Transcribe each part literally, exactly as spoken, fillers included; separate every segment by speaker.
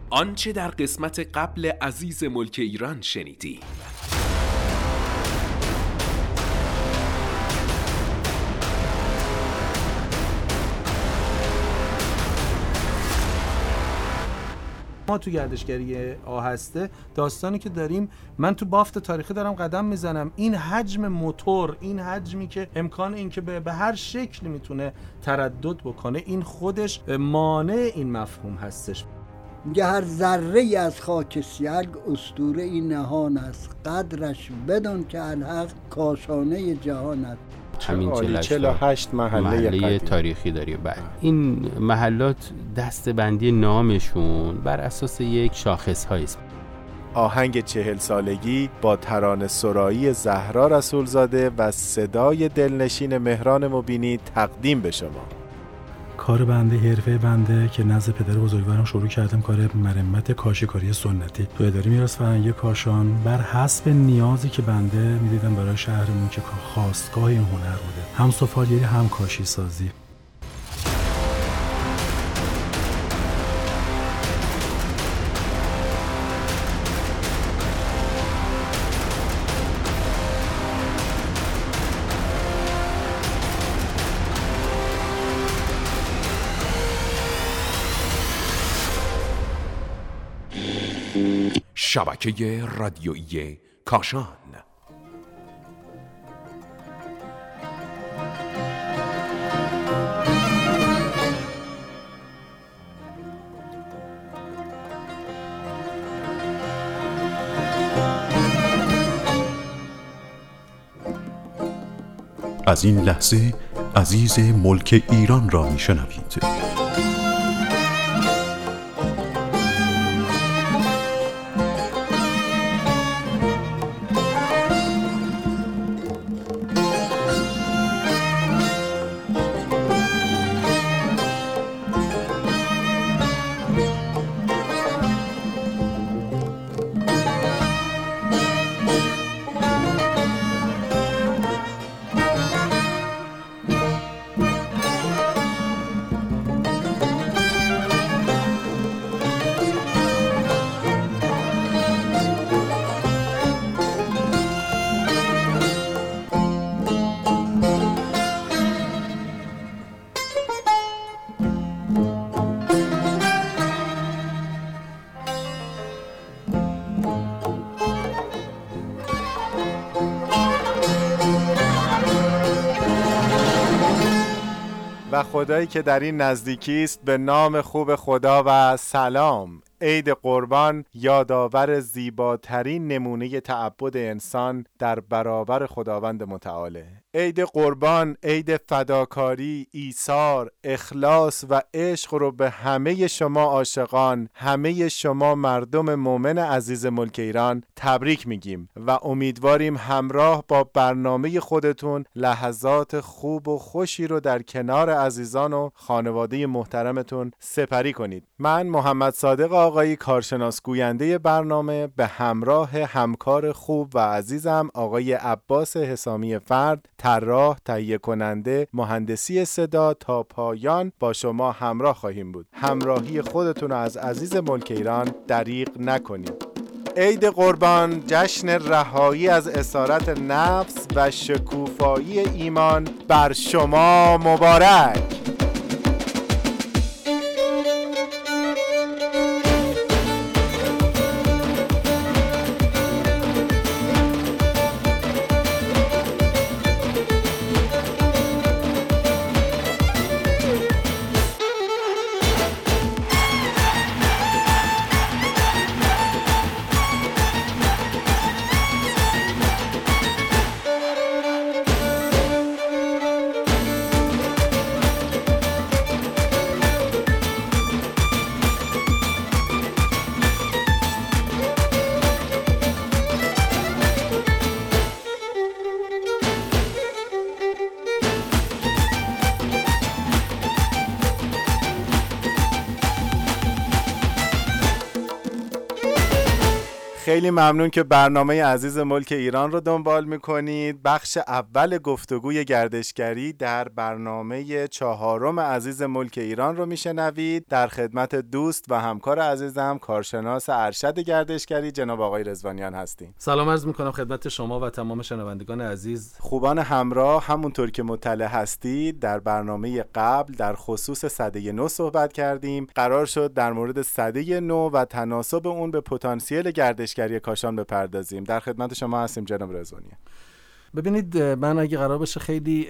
Speaker 1: آنچه در قسمت قبل عزیز ملک ایران شنیدی.
Speaker 2: ما تو گردشگری آهسته داستانی که داریم، من تو بافت تاریخی دارم قدم میزنم، این حجم موتور، این حجمی که امکان این که به هر شکلی میتونه تردد بکنه، این خودش مانع این مفهوم هستش.
Speaker 3: میگه هر ذره ای از خاک سیلگ اسطوره ای نهان است، قدرش بدان که الحق کاشانه جهان است.
Speaker 4: همین چهل و هشت محله, محله تاریخی داریم. بعد این محلات دسته‌بندی نامشون بر اساس یک شاخص هاییست.
Speaker 5: آهنگ چهل سالگی با ترانه سرایی زهرا رسولزاده و صدای دلنشین مهران مبینی تقدیم به شما.
Speaker 6: کار بنده، حرفه بنده که نزد پدر بزرگوارم شروع کردم، کار مرمت کاشیکاری سنتی تو اداره میراث فرهنگی کاشان، بر حسب نیازی که بنده میدیدم برای شهرمون که خواستگاه این هنر بوده، هم سفالگری هم کاشی سازی.
Speaker 1: شبکه رادیویی کاشان.
Speaker 7: از این لحظه عزیز ملک ایران را میشنوید.
Speaker 5: و خدایی که در این نزدیکی است، به نام خوب خدا و سلام. عید قربان یادآور زیباترین نمونه تعبد انسان در برابر خداوند متعاله. عید قربان عید فداکاری، ایثار، اخلاص و عشق رو به همه شما عاشقان، همه شما مردم مؤمن عزیز ملک ایران تبریک میگیم و امیدواریم همراه با برنامه خودتون لحظات خوب و خوشی رو در کنار عزیزان و خانواده محترمتون سپری کنید. من محمد صادق آقایی، کارشناس گوینده برنامه، به همراه همکار خوب و عزیزم آقای عباس حسامی فرد، طراح، تهیه کننده، مهندسی صدا، تا پایان با شما همراه خواهیم بود. همراهی خودتون از عزیز ملک ایران دریغ نکنید. عید قربان جشن رهایی از اسارت نفس و شکوفایی ایمان بر شما مبارک. خیلی ممنون که برنامه عزیز ملک ایران رو دنبال میکنید. بخش اول گفتگوی گردشگری در برنامه چهارم عزیز ملک ایران رو میشنوید. در خدمت دوست و همکار عزیزم کارشناس ارشد گردشگری جناب آقای رضوانیان هستیم.
Speaker 2: سلام عرض میکنم خدمت شما و تمام شنوندگان عزیز.
Speaker 5: خوبان همراه، همونطور که مطلع هستید در برنامه قبل در خصوص سده نو صحبت کردیم. قرار شد در مورد سده نو و تناسب اون به پتانسیل گردشگری کاشان بپردازیم. در خدمت شما هستیم جناب رضوانیان.
Speaker 2: ببینید، من اگه قرار باشه خیلی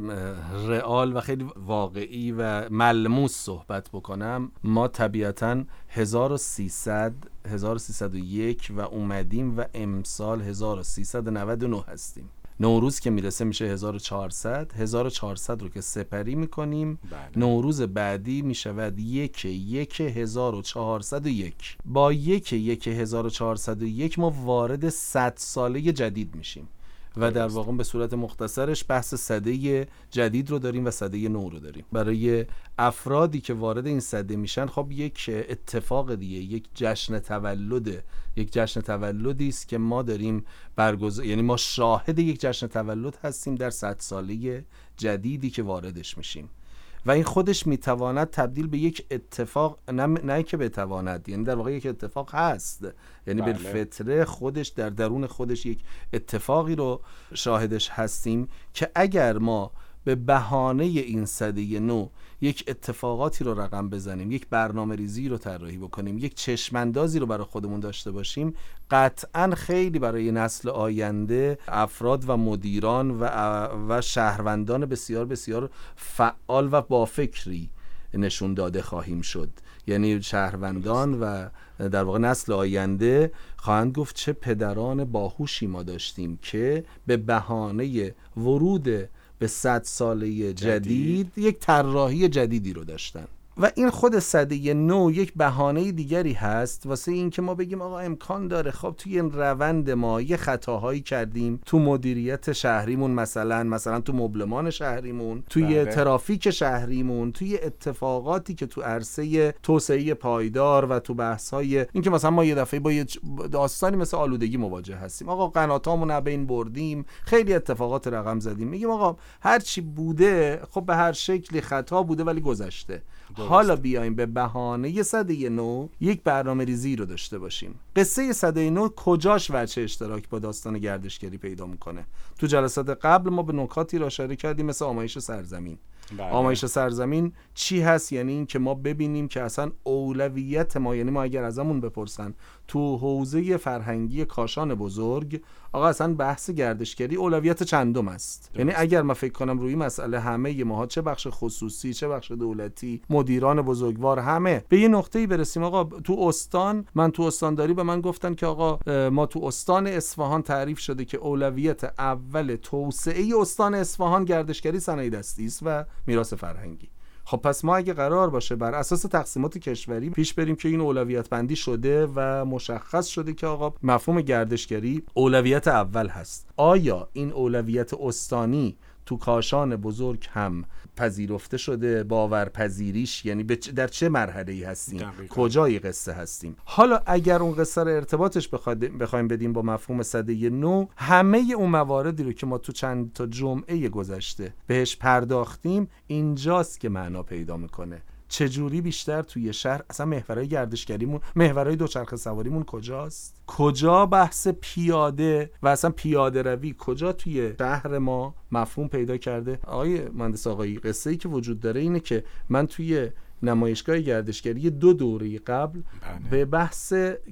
Speaker 2: رئال و خیلی واقعی و ملموس صحبت بکنم، ما طبیعتاً هزار و سیصد هزار و سیصد و یک و اومدیم و امسال هزار و سیصد و نود و نه هستیم. نوروز که میرسه میشه هزار و چهارصد هزار و چهارصد رو که سپری میکنیم، بله. نوروز بعدی میشود یک یک هزار و چهارصد و یک. با یک یک هزار و چهارصد و یک ما وارد صد ساله جدید میشیم و در واقع به صورت مختصرش بحث سده جدید رو داریم و سده نو رو داریم. برای افرادی که وارد این سده میشن، خب یک اتفاق دیگه، یک جشن تولد، یک جشن تولدی است که ما داریم برگزار، یعنی ما شاهد یک جشن تولد هستیم در صد ساله جدیدی که واردش میشیم و این خودش میتواند تبدیل به یک اتفاق، نه, نه که بتواند، یعنی در واقع یک اتفاق هست، یعنی بله. بالفطره خودش در درون خودش یک اتفاقی رو شاهدش هستیم که اگر ما به بهانه این سده نو یک اتفاقاتی رو رقم بزنیم، یک برنامه ریزی رو طراحی بکنیم، یک چشماندازی رو برای خودمون داشته باشیم، قطعاً خیلی برای نسل آینده افراد و مدیران و و شهروندان بسیار بسیار فعال و با فکری نشون داده خواهیم شد. یعنی شهروندان و در واقع نسل آینده خواهند گفت چه پدران باهوشی ما داشتیم که به بهانه ورود به صد ساله جدید, جدید یک طراحی جدیدی رو داشتن و این خود سده نو یک بهانه دیگری هست واسه این که ما بگیم آقا امکان داره خب توی این روند ما یه خطاهایی کردیم تو مدیریت شهریمون، مثلا مثلا تو مبلمان شهریمون، توی بله. ترافیک شهریمون، توی اتفاقاتی که تو عرصه توسعه پایدار و تو بحث‌های این که مثلا ما یه دفعه با یه داستانی مثل آلودگی مواجه هستیم، آقا قناتامون رو بین بردیم، خیلی اتفاقات رقم زدیم، میگیم آقا هر چی بوده خب به هر شکلی خطا بوده ولی گذشته. درست. حالا بیایم به بهانه سده نو یک برنامه ریزی رو داشته باشیم. قصه سده نو کجاش وجه اشتراک با داستان گردشگری پیدا میکنه؟ تو جلسات قبل ما به نکاتی را اشاره کردیم مثل آمایش سرزمین. بله. آمایش سرزمین چی هست؟ یعنی این که ما ببینیم که اصلا اولویت ما، یعنی ما اگر ازمون بپرسن تو حوزه فرهنگی کاشان بزرگ آقا اصلا بحث گردشگری اولویت چندم است؟ یعنی اگر من فکر کنم روی مسئله همه ما، چه بخش خصوصی چه بخش دولتی، مدیران بزرگوار، همه به یه نقطه‌ای برسیم آقا تو استان، من تو استانداری به من گفتن که آقا ما تو استان اصفهان تعریف شده که اولویت اول توسعه استان اصفهان گردشگری صنایع دستی است و میراث فرهنگی. خب پس ما اگه قرار باشه بر اساس تقسیمات کشوری پیش بریم که این اولویت بندی شده و مشخص شده که آقا مفهوم گردشگری اولویت اول هست، آیا این اولویت استانی تو کاشان بزرگ هم پذیرفته شده؟ باورپذیریش یعنی در چه مرحله‌ای هستیم؟ دقیقا. کجای قصه هستیم؟ حالا اگر اون قصه رو ارتباطش بخوایم بدیم با مفهوم سده نو، همه اون مواردی رو که ما تو چند تا جمعه گذشته بهش پرداختیم اینجاست که معنا پیدا میکنه. چجوری بیشتر توی شهر اصلا محورهای گردشگریمون، محورهای دوچرخه سواریمون کجاست؟ کجا بحث پیاده و اصلا پیاده روی کجا توی شهر ما مفهوم پیدا کرده؟ آقای مهندس آقایی، قصه ای که وجود داره اینه که من توی نمایشگاه گردشگری دو دوره قبل بله. به بحث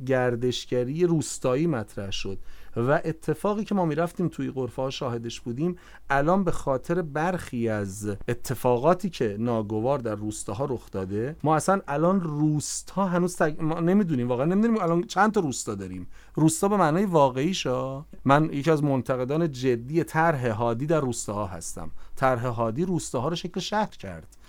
Speaker 2: گردشگری روستایی مطرح شد و اتفاقی که ما میرفتیم توی غرفه‌ها شاهدش بودیم، الان به خاطر برخی از اتفاقاتی که ناگوار در روستاها رخ داده، ما اصلا الان روستا هنوز تگ... ما نمیدونیم، واقعا نمیدونیم الان چند تا روستا داریم. روستا به معنای واقعیشا، من یکی از منتقدان جدی طرح هادی در روستاها هستم. طرح هادی روستاها رو شکل شهر کرد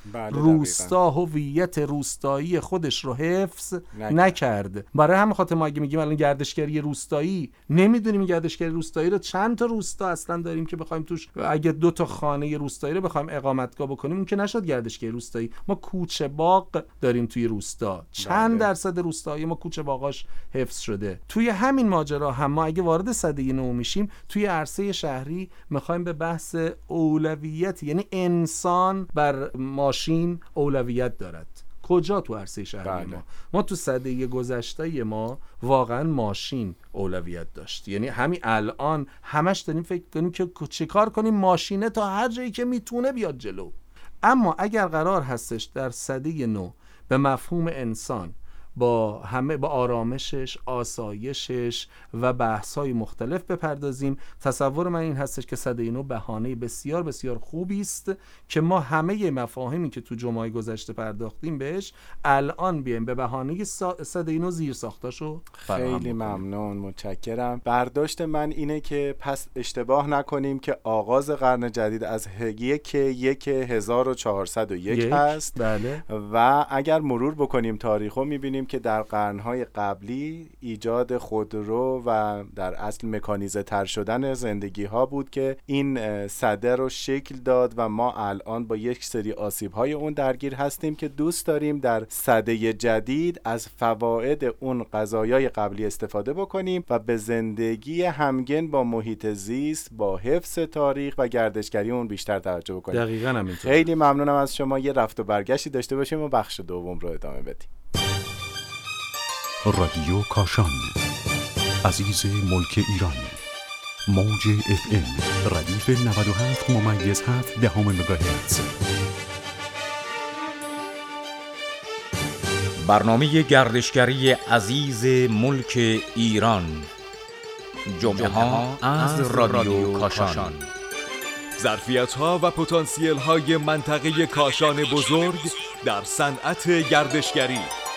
Speaker 5: بله
Speaker 2: روستا هویت روستایی خودش رو حفظ نکرد, نکرد. برای همین خاطر ما اگه میگیم الان گردشگری روستایی، نمیدونیم گردشگری روستایی رو چند تا روستا اصلا داریم که بخوایم توش اگه دو تا خانه روستایی رو بخوایم اقامتگاه بکنیم اون که نشد گردشگری روستایی. ما کوچه باغ داریم توی روستا، چند بله. درصد روستایی ما کوچه باغاش حفظ شده. توی همین ماجرا هم ما اگه وارد سده نو میشیم توی عرصه شهری میخوایم به بحث اولویت، یعنی انسان بر ماشین اولویت دارد. کجا؟ تو عرصه شهری بله. ما ما تو سده گذشته ما واقعا ماشین اولویت داشت. یعنی همین الان همش داریم فکر کنیم که چه کار کنیم ماشینه تا هر جایی که میتونه بیاد جلو. اما اگر قرار هستش در سده نو به مفهوم انسان با همه با آرامشش، آسایشش و بحث‌های مختلف بپردازیم، تصور من این هستش که سده نو بهانه بسیار بسیار خوبی است که ما همه مفاهیمی که تو جمعه گذشته پرداختیم بهش الان بیایم به بهانه سده نو زیر ساختاشو فراهم
Speaker 5: خیلی ممنون، متشکرم. برداشت من اینه که پس اشتباه نکنیم که آغاز قرن جدید از یک یک هزار و چهارصد و یک هست.
Speaker 2: بله.
Speaker 5: و اگر مرور بکنیم تاریخو می‌بینیم که در قرن‌های قبلی ایجاد خودرو و در اصل مکانیزه تر شدن زندگی ها بود که این سده رو شکل داد و ما الان با یک سری آسیب های اون درگیر هستیم که دوست داریم در سده جدید از فواید اون قضایای قبلی استفاده بکنیم و به زندگی همگن با محیط زیست، با حفظ تاریخ و گردشگری اون بیشتر توجه بکنیم.
Speaker 2: دقیقاً همینطور.
Speaker 5: خیلی ممنونم از شما. یه رفت و برگشتی داشته باشیم و بخش دوم رو ادامه بدیم.
Speaker 7: رادیو کاشان، عزیز ملک ایران، موج اف ام ردیف نود و هفت ممیز هفت دهم مگاهرتز.
Speaker 8: برنامه گردشگری عزیز ملک ایران، جمعه ها از رادیو کاشان.
Speaker 1: ظرفیت ها و پتانسیل های منطقه کاشان بزرگ در صنعت گردشگری.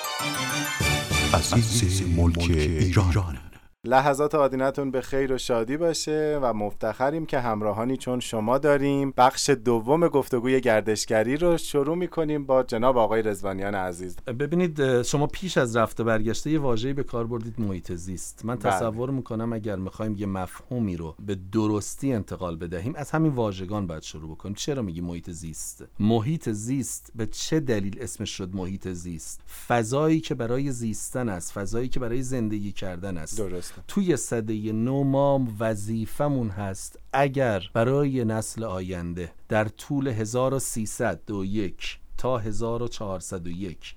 Speaker 7: عزیز ملک ایران،
Speaker 5: لحظات آدینتون به خیر و شادی باشه و مفتخریم که همراهانی چون شما داریم. بخش دوم گفتگوی گردشگری رو شروع می‌کنیم با جناب آقای رضوانیان عزیز.
Speaker 2: ببینید شما پیش از رفته برگشته یه واژه‌ای به کار بردید، محیط زیست. من
Speaker 5: بله.
Speaker 2: تصور می‌کنم اگر می‌خوایم یه مفهومی رو به درستی انتقال بدهیم از همین واژگان باید شروع بکنیم. چرا میگی محیط زیست؟ محیط زیست به چه دلیل اسمش شد محیط زیست؟ فضایی که برای زیستن است، فضایی که برای زندگی کردن است.
Speaker 5: درست.
Speaker 2: توی سده نو ما وظیفمون هست اگر برای نسل آینده در طول هزار و سیصد و یک تا هزار و چهارصد و یک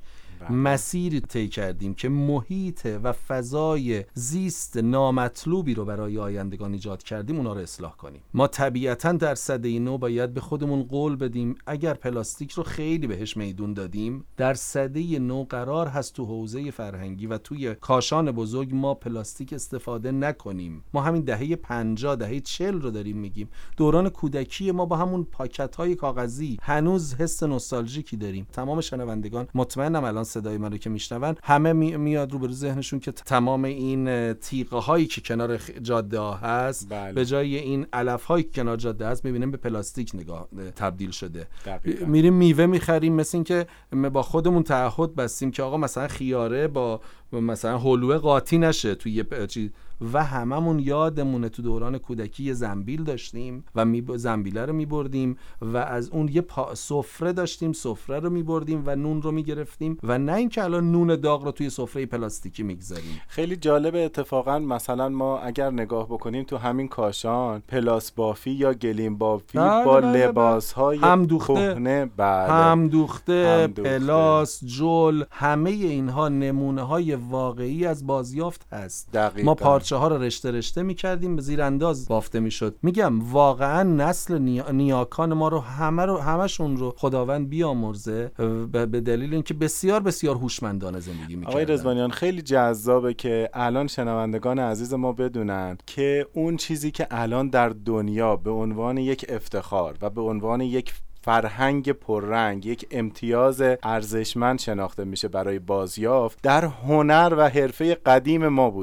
Speaker 2: مسیری طی کردیم که محیط و فضای زیست نامطلوبی رو برای آیندگان ایجاد کردیم، اونا رو اصلاح کنیم. ما طبیعتاً در سده نو باید به خودمون قول بدیم اگر پلاستیک رو خیلی بهش میدون دادیم، در سده نو قرار هست تو حوزه فرهنگی و توی کاشان بزرگ ما پلاستیک استفاده نکنیم. ما همین دهه پنجاه دهه چهل رو داریم میگیم. دوران کودکی ما با همون پاکت‌های کاغذی هنوز حس نوستالژیکی داریم. تمام شنوندگان مطمئنم الان صدای من رو که میشنون همه می میاد رو به ذهنشون که تمام این تیغه هایی که کنار جاده ها هست بله. به جای این علف هایی که کنار جاده هست میبینیم به پلاستیک نگاه تبدیل شده. دقیقا. میریم میوه میخریم، مثل این که با خودمون تعهد بستیم که آقا مثلا خیاره با مثلا حلوه قاطی نشه توی یه چیز، و هممون یادمونه تو دوران کودکی یه زنبیل داشتیم و می زنبیله رو میبردیم و از اون یه سفره داشتیم، سفره رو میبردیم و نون رو میگرفتیم و نه اینکه الان نون داغ رو توی سفره پلاستیکی میگذاریم.
Speaker 5: خیلی جالبه اتفاقا مثلا ما اگر نگاه بکنیم تو همین کاشان پلاس بافی یا گلیم بافی بله با بله لباس‌های
Speaker 2: هم دوخته
Speaker 5: کهنه بله
Speaker 2: هم دوخته پلاس جل، همه اینها نمونه‌های واقعی از بازیافت هست.
Speaker 5: دقیقا.
Speaker 2: ما پارچه ها رو رشته رشته می‌کردیم، به زیر انداز بافته می‌شد. میگم واقعا نسل نیا... نیاکان ما رو همه رو همشون رو خداوند بیامرزه به دلیل اینکه بسیار بسیار هوشمندانه زندگی می‌کردن.
Speaker 5: آقای رضوانیان خیلی جذابه که الان شنوندگان عزیز ما بدونن که اون چیزی که الان در دنیا به عنوان یک افتخار و به عنوان یک فرهنگ پررنگ، یک امتیاز ارزشمند شناخته میشه برای بازیافت، در هنر و حرفه قدیم ما بوده.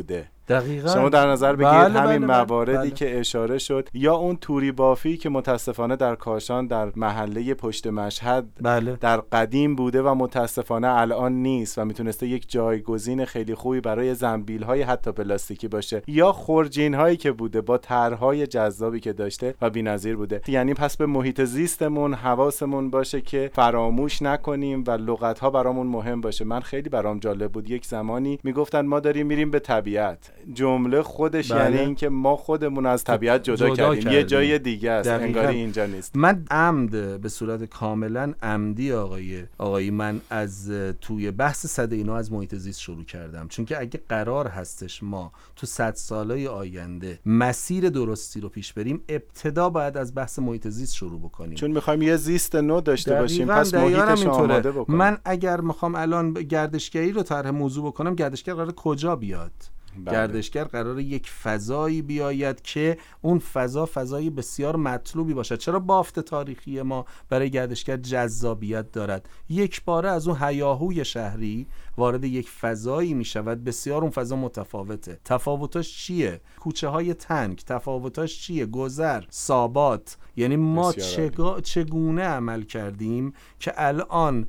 Speaker 2: دقیقاً.
Speaker 5: شما در نظر بگیرید
Speaker 2: بله
Speaker 5: همین
Speaker 2: بله
Speaker 5: مواردی
Speaker 2: بله.
Speaker 5: که اشاره شد، یا اون توری بافی که متاسفانه در کاشان در محله پشت مشهد
Speaker 2: بله.
Speaker 5: در قدیم بوده و متاسفانه الان نیست و میتونسته یک جایگزین خیلی خوبی برای زنبیل‌های حتی پلاستیکی باشه، یا خورجین‌هایی که بوده با طرح‌های جذابی که داشته و بی‌نظیر بوده. یعنی پس به محیط زیستمون حواسمون باشه که فراموش نکنیم و لغت‌ها برامون مهم باشه. من خیلی برام جالب بود، یک زمانی میگفتن ما داریم میریم به طبیعت. جمله خودش بله. یعنی اینکه ما خودمون از طبیعت جدا, جدا کردیم. کردیم یه جای دیگه است، انگاری اینجا نیست.
Speaker 2: من عمد به صورت کاملا عمدی آقای آقای من از توی بحث صده اینا از محیط زیست شروع کردم، چون که اگه قرار هستش ما تو صد سالهای آینده مسیر درستی رو پیش بریم، ابتدا باید از بحث محیط زیست شروع بکنیم،
Speaker 5: چون میخوایم یه زیست نو داشته باشیم. پس محیطش آماده بکنیم.
Speaker 2: من اگر میخوام الان گردشگری رو طرح موضوع بکنم، گردشگر قرار کجا بیاد؟ بله. گردشگر قراره یک فضایی بیاید که اون فضا فضای بسیار مطلوبی باشد. چرا بافت تاریخی ما برای گردشگر جذابیت دارد؟ یک باره از اون هیاهوی شهری وارد یک فضایی می شود، بسیار اون فضا متفاوته. تفاوتاش چیه؟ کوچه های تنگ. تفاوتاش چیه؟ گذر، سابات. یعنی ما چگا... چگونه عمل کردیم که الان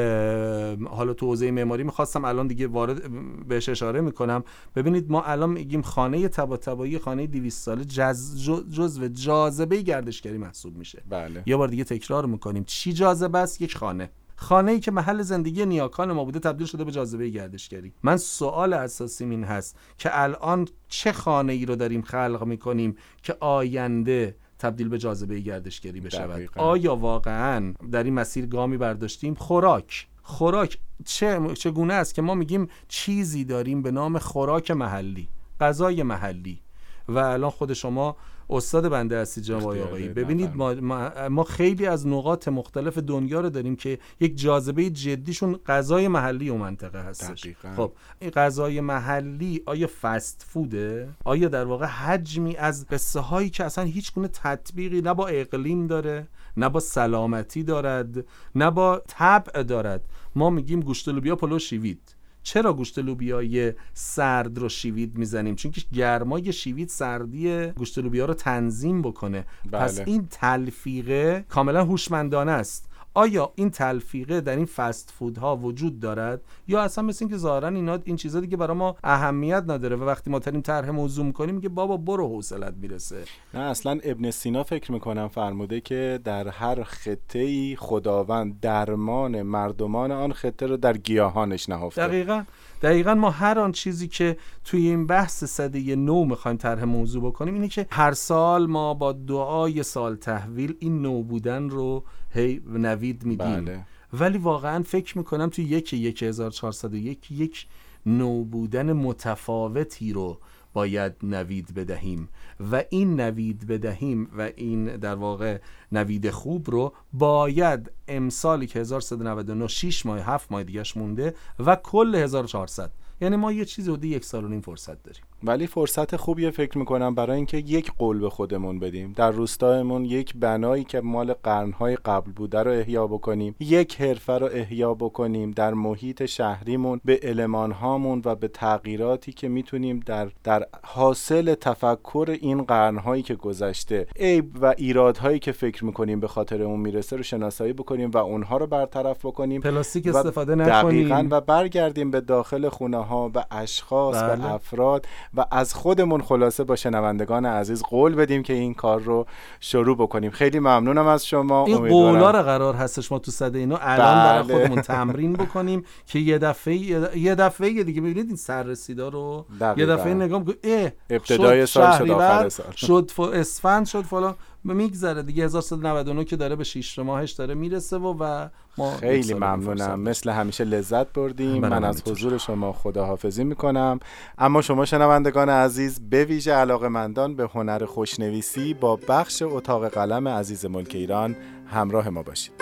Speaker 2: حالا تو حوزه معماری میخواستم الان دیگه وارد بهش اشاره میکنم. ببینید ما الان میگیم خانه طباطبایی، خانه دویست ساله جز... جزو جاذبه گردشگری محسوب میشه.
Speaker 5: بله.
Speaker 2: یه بار دیگه تکرار میکنیم، چی جاذبه است؟ یک خانه. خانه‌ای که محل زندگی نیاکان ما بوده تبدیل شده به جاذبه گردشگری. من سوال اساسیم این هست که الان چه خانه‌ای رو داریم خلق میکنیم که آینده تبدیل به جاذبه گردشگری بشود؟ آیا واقعاً در این مسیر گامی برداشتیم؟ خوراک خوراک چه چگونه است که ما میگیم چیزی داریم به نام خوراک محلی، غذای محلی، و الان خود شما استاد بنده هستی جناب آقایی، ببینید ما, ما ما خیلی از نقاط مختلف دنیا رو داریم که یک جاذبه جدیشون غذای محلی اون منطقه هستش. دقیقا. خب این غذای محلی آیا فست فوده؟ آیا در واقع حجمی از قصه هایی که اصلا هیچ گونه تطبیقی نه با اقلیم داره، نه با سلامتی دارد، نه با طبع دارد؟ ما میگیم گوشت لوبیا پلو شیوید. چرا گوشت لوبیای سرد رو شیوید میزنیم؟ چون که گرمای شیوید سردی گوشت لوبیا رو تنظیم بکنه. بله. پس این تلفیقه کاملا هوشمندانه است. آیا این تلفیقه در این فست فودها وجود دارد یا اصلا مثل این که ظاهرا اینا این چیزا دیگه برای ما اهمیت نداره و وقتی ما تریم طرح موضوع می‌کنیم میگه بابا برو حوصلت میرسه؟
Speaker 5: نه، اصلا ابن سینا فکر میکنم فرموده که در هر خطه‌ای خداوند درمان مردمان آن خطه رو در گیاهانش نهفته.
Speaker 2: دقیقاً دقیقاً ما هر آن چیزی که توی این بحث سده نو میخوایم طرح موضوع بکنیم اینه که هر سال ما با دعای سال تحویل این نو بودن رو هی نوید میدیم. بله. ولی واقعاً فکر میکنم توی یک یک هزار و چهارصد و یک یک نو بودن متفاوتی رو باید نوید بدهیم و این نوید بدهیم و این در واقع نوید خوب رو باید امسالی که هزار و سیصد و نود و نه شش ماه هفت ماه دیگهش مونده و کل هزار و چهارصد، یعنی ما یه چیزی حدود یک سال و نیم فرصت داریم.
Speaker 5: ولی فرصت خوبیه فکر میکنم برای اینکه یک قول به خودمون بدیم، در روستایمون یک بنایی که مال قرنهای قبل بوده رو احیا بکنیم، یک حرفه رو احیا بکنیم، در محیط شهریمون به المانهامون و به تغییراتی که میتونیم در در حاصل تفکر این قرنهایی که گذشته، عیب و ایرادهایی که فکر میکنیم به خاطر اون میرسه رو شناسایی بکنیم و اونها رو برطرف بکنیم،
Speaker 2: پلاستیک استفاده نکنیم
Speaker 5: دقیقاً، و برگردیم به داخل خونه ها و اشخاص بله. و افراد و از خودمون خلاصه با شنوندگان عزیز قول بدیم که این کار رو شروع بکنیم. خیلی ممنونم از شما.
Speaker 2: این قولا رو قرار هستش ما تو صده اینو الان برای بله. خودمون تمرین بکنیم که یه دفعه یه دفعه دیگه ببینید این سررسیدا رو دقیقا. یه دفعه نگاه کنید
Speaker 5: ابتدای سال شد آخر سال
Speaker 2: شد اسفند شد فلان میگذره دیگه، هزار و سیصد و نود و نه که داره به شش ماهش داره میرسه و و ما
Speaker 5: خیلی ممنونم، مثل همیشه لذت بردیم. من از حضور شما خداحافظی میکنم. اما شما شنوندگان عزیز به ویژه علاقه‌مندان به هنر خوشنویسی با بخش اتاق قلم عزیز ملک ایران همراه ما باشید.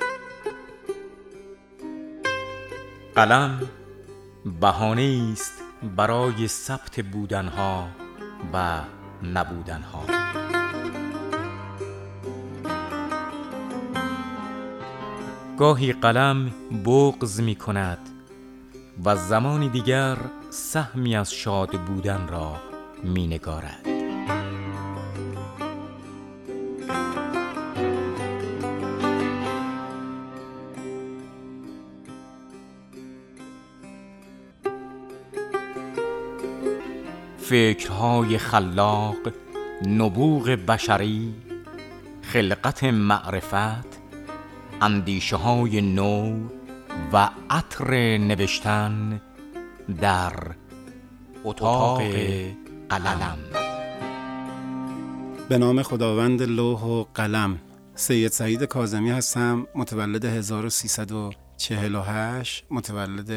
Speaker 8: قلم بهانه است برای ثبت بودنها و نبودنها. گاهی قلم بغض می کند و زمانی دیگر سهمی از شاد بودن را می نگارد. فکرهای خلاق، نبوغ بشری، خلقت معرفت، اندیشه های نو و عطر نوشتن در اتاق قلم.
Speaker 9: به نام خداوند لوح و قلم. سید سعید کاظمی هستم، متولد هزار و سیصد و چهل و هشت، متولد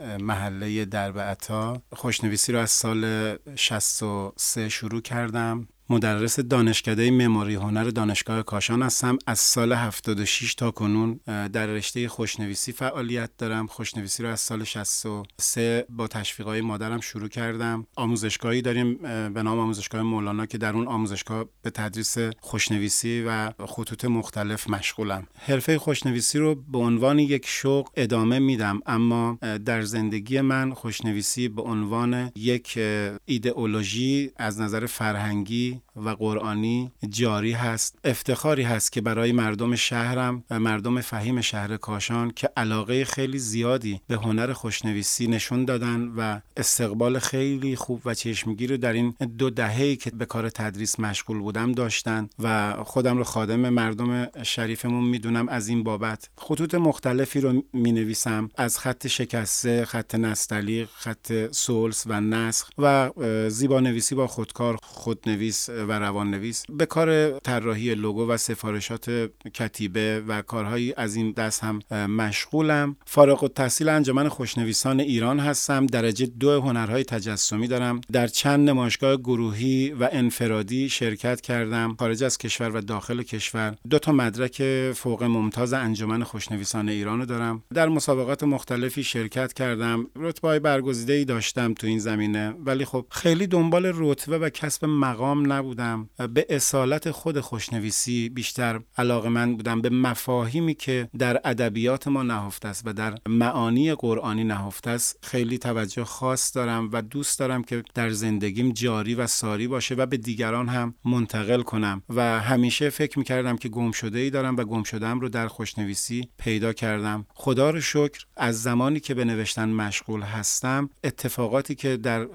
Speaker 9: محله درب عطا. خوشنویسی رو از سال شصت و سه شروع کردم. مدرس دانشکده معماری هنر دانشگاه کاشان هستم. از سال هفتاد و شش تا کنون در رشته خوشنویسی فعالیت دارم. خوشنویسی رو از سال شصت و سه با تشویق‌های مادرم شروع کردم. آموزشگاهی داریم به نام آموزشگاه مولانا که در اون آموزشگاه به تدریس خوشنویسی و خطوط مختلف مشغولم. حرفه خوشنویسی رو به عنوان یک شوق ادامه میدم، اما در زندگی من خوشنویسی به عنوان یک ایدئولوژی از نظر فرهنگی و قرآنی جاری هست. افتخاری هست که برای مردم شهرم و مردم فهیم شهر کاشان که علاقه خیلی زیادی به هنر خوشنویسی نشون دادن و استقبال خیلی خوب و چشمگیر در این دو دهه‌ای که به کار تدریس مشغول بودم داشتن و خودم رو خادم مردم شریفمون میدونم. از این بابت خطوط مختلفی رو مینویسم، از خط شکسته، خط نستعلیق، خط سلس و نسخ و زیبانویسی با خودکار، خودنویس و روان نویس. به کار طراحی لوگو و سفارشات کتیبه و کارهایی از این دست هم مشغولم. فارغ التحصیل انجمن خوشنویسان ایران هستم. درجه دو هنرهای تجسمی دارم. در چند نمایشگاه گروهی و انفرادی شرکت کردم، خارج از کشور و داخل کشور. دو تا مدرک فوق ممتاز انجمن خوشنویسان ایران دارم. در مسابقات مختلفی شرکت کردم. رتبه‌های برگزیده‌ای داشتم تو این زمینه، ولی خب خیلی دنبال رتبه و کسب مقام نبودم. به اصالت خود خوشنویسی بیشتر علاقه‌مند بودم، به مفاهیمی که در ادبیات ما نهفته است و در معانی قرآنی نهفته است خیلی توجه خاص دارم و دوست دارم که در زندگیم جاری و ساری باشه و به دیگران هم منتقل کنم و همیشه فکر می‌کردم که گم شده‌ای دارم و گم شده‌ام رو در خوشنویسی پیدا کردم. خدا رو شکر از زمانی که به نوشتن مشغول هستم، اتفاقاتی که در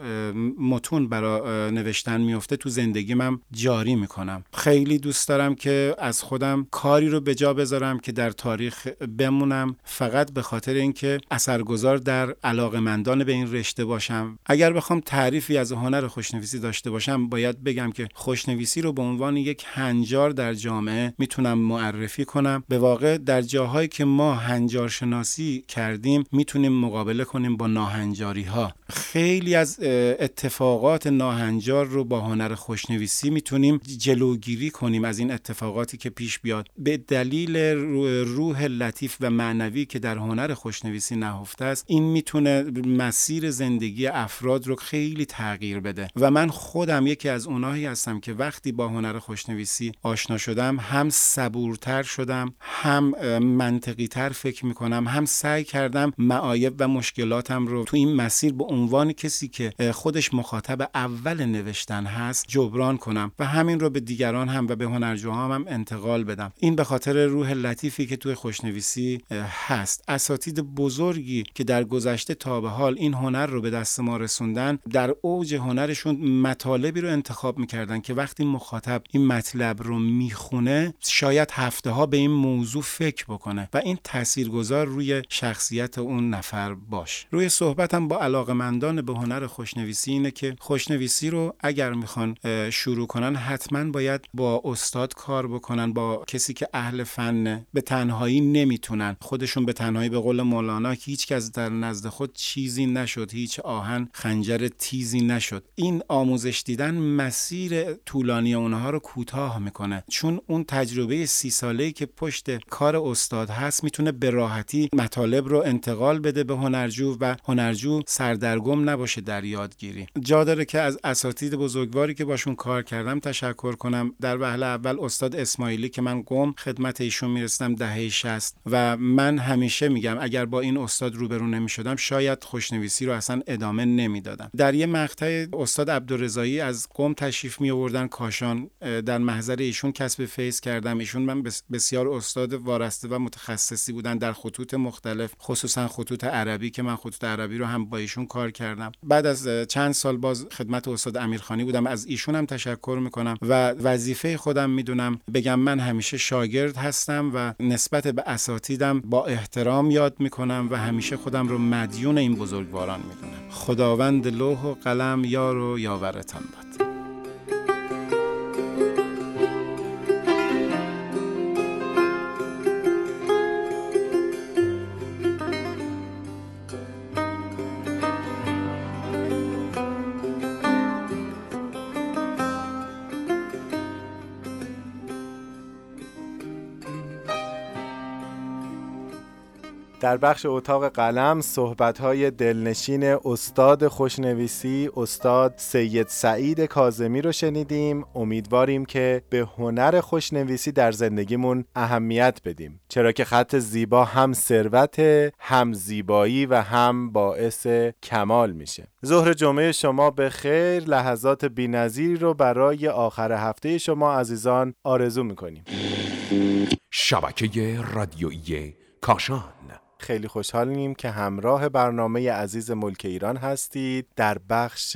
Speaker 9: متون برای نوشتن میفته تو زندگی من جاری میکنم. خیلی دوست دارم که از خودم کاری رو به جا بذارم که در تاریخ بمونم، فقط به خاطر اینکه اثرگذار در علاقه‌مندان به این رشته باشم. اگر بخوام تعریفی از هنر خوشنویسی داشته باشم، باید بگم که خوشنویسی رو به عنوان یک هنجار در جامعه میتونم معرفی کنم. به واقع در جاهایی که ما هنجار شناسی کردیم میتونیم مقابله کنیم با ناهنجاری ها. خیلی از اتفاقات ناهنجار رو با هنر خوشنویسی میتونیم جلوگیری کنیم از این اتفاقاتی که پیش بیاد. به دلیل روح لطیف و معنوی که در هنر خوشنویسی نهفته است، این میتونه مسیر زندگی افراد رو خیلی تغییر بده و من خودم یکی از اونایی هستم که وقتی با هنر خوشنویسی آشنا شدم، هم صبورتر شدم، هم منطقی تر فکر میکنم، هم سعی کردم معایب و مشکلاتم رو تو این مسیر به عنوان کسی که خودش مخاطب اول نوشتن هست جبران کنم و همین رو به دیگران هم و به هنرجوها هم انتقال بدم. این به خاطر روح لطیفی که توی خوشنویسی هست. اساتید بزرگی که در گذشته تا به حال این هنر رو به دست ما رسوندن، در اوج هنرشون مطالبی رو انتخاب میکردن که وقتی مخاطب این مطلب رو میخونه شاید هفته ها به این موضوع فکر بکنه و این تاثیرگذار روی شخصیت اون نفر باش. روی صحبتم با علاقه‌مندان به هنر خوشنویسی اینه که خوشنویسی رو اگر میخوان شروع کنن حتما باید با استاد کار بکنن، با کسی که اهل فنه. به تنهایی نمیتونن. خودشون به تنهایی، به قول مولانا، هیچ کس در نزد خود چیزی نشد، هیچ آهن خنجر تیزی نشد. این آموزش دیدن مسیر طولانی اونها رو کوتاه میکنه، چون اون تجربه سی ساله‌ای که پشت کار استاد هست میتونه به راحتی مطالب رو انتقال بده به هنرجو و هنرجو سردرگم سرگم نباشه در یادگیری. جا داره که از اساتید بزرگواری که باشون کار کردم تشکر کنم. در وهله اول استاد اسماعیلی که من قم خدمت ایشون میرسیدم دهه شصت و من همیشه میگم اگر با این استاد روبرو نمیشدم شاید خوشنویسی رو اصلا ادامه نمیدادم. در یه مقطع استاد عبدالرضایی از قم تشریف می آوردن کاشان، در محضر ایشون کسب فیض کردم. ایشون من بسیار استاد وارسته و متخصصی بودن در خطوط مختلف، خصوصا خطوط عربی که من خطوط عربی رو هم با ایشون کار کردم. بعد از چند سال باز خدمت استاد امیرخانی بودم، از ایشون هم تشکر میکنم و وظیفه خودم میدونم بگم من همیشه شاگرد هستم و نسبت به اساتیدم با احترام یاد میکنم و همیشه خودم رو مدیون این بزرگواران میدونم. خداوند لوح و قلم یار و یاورتان باد.
Speaker 5: در بخش اتاق قلم صحبت‌های دلنشین استاد خوشنویسی استاد سید سعید کاظمی رو شنیدیم. امیدواریم که به هنر خوشنویسی در زندگیمون اهمیت بدیم، چرا که خط زیبا هم ثروت، هم زیبایی و هم باعث کمال میشه. ظهر جمعه شما به خیر. لحظات بی‌نظیری رو برای آخر هفته شما عزیزان آرزو میکنیم.
Speaker 7: شبکه رادیویی کاشان.
Speaker 5: خیلی خوشحالیم که همراه برنامه عزیز ملک ایران هستید. در بخش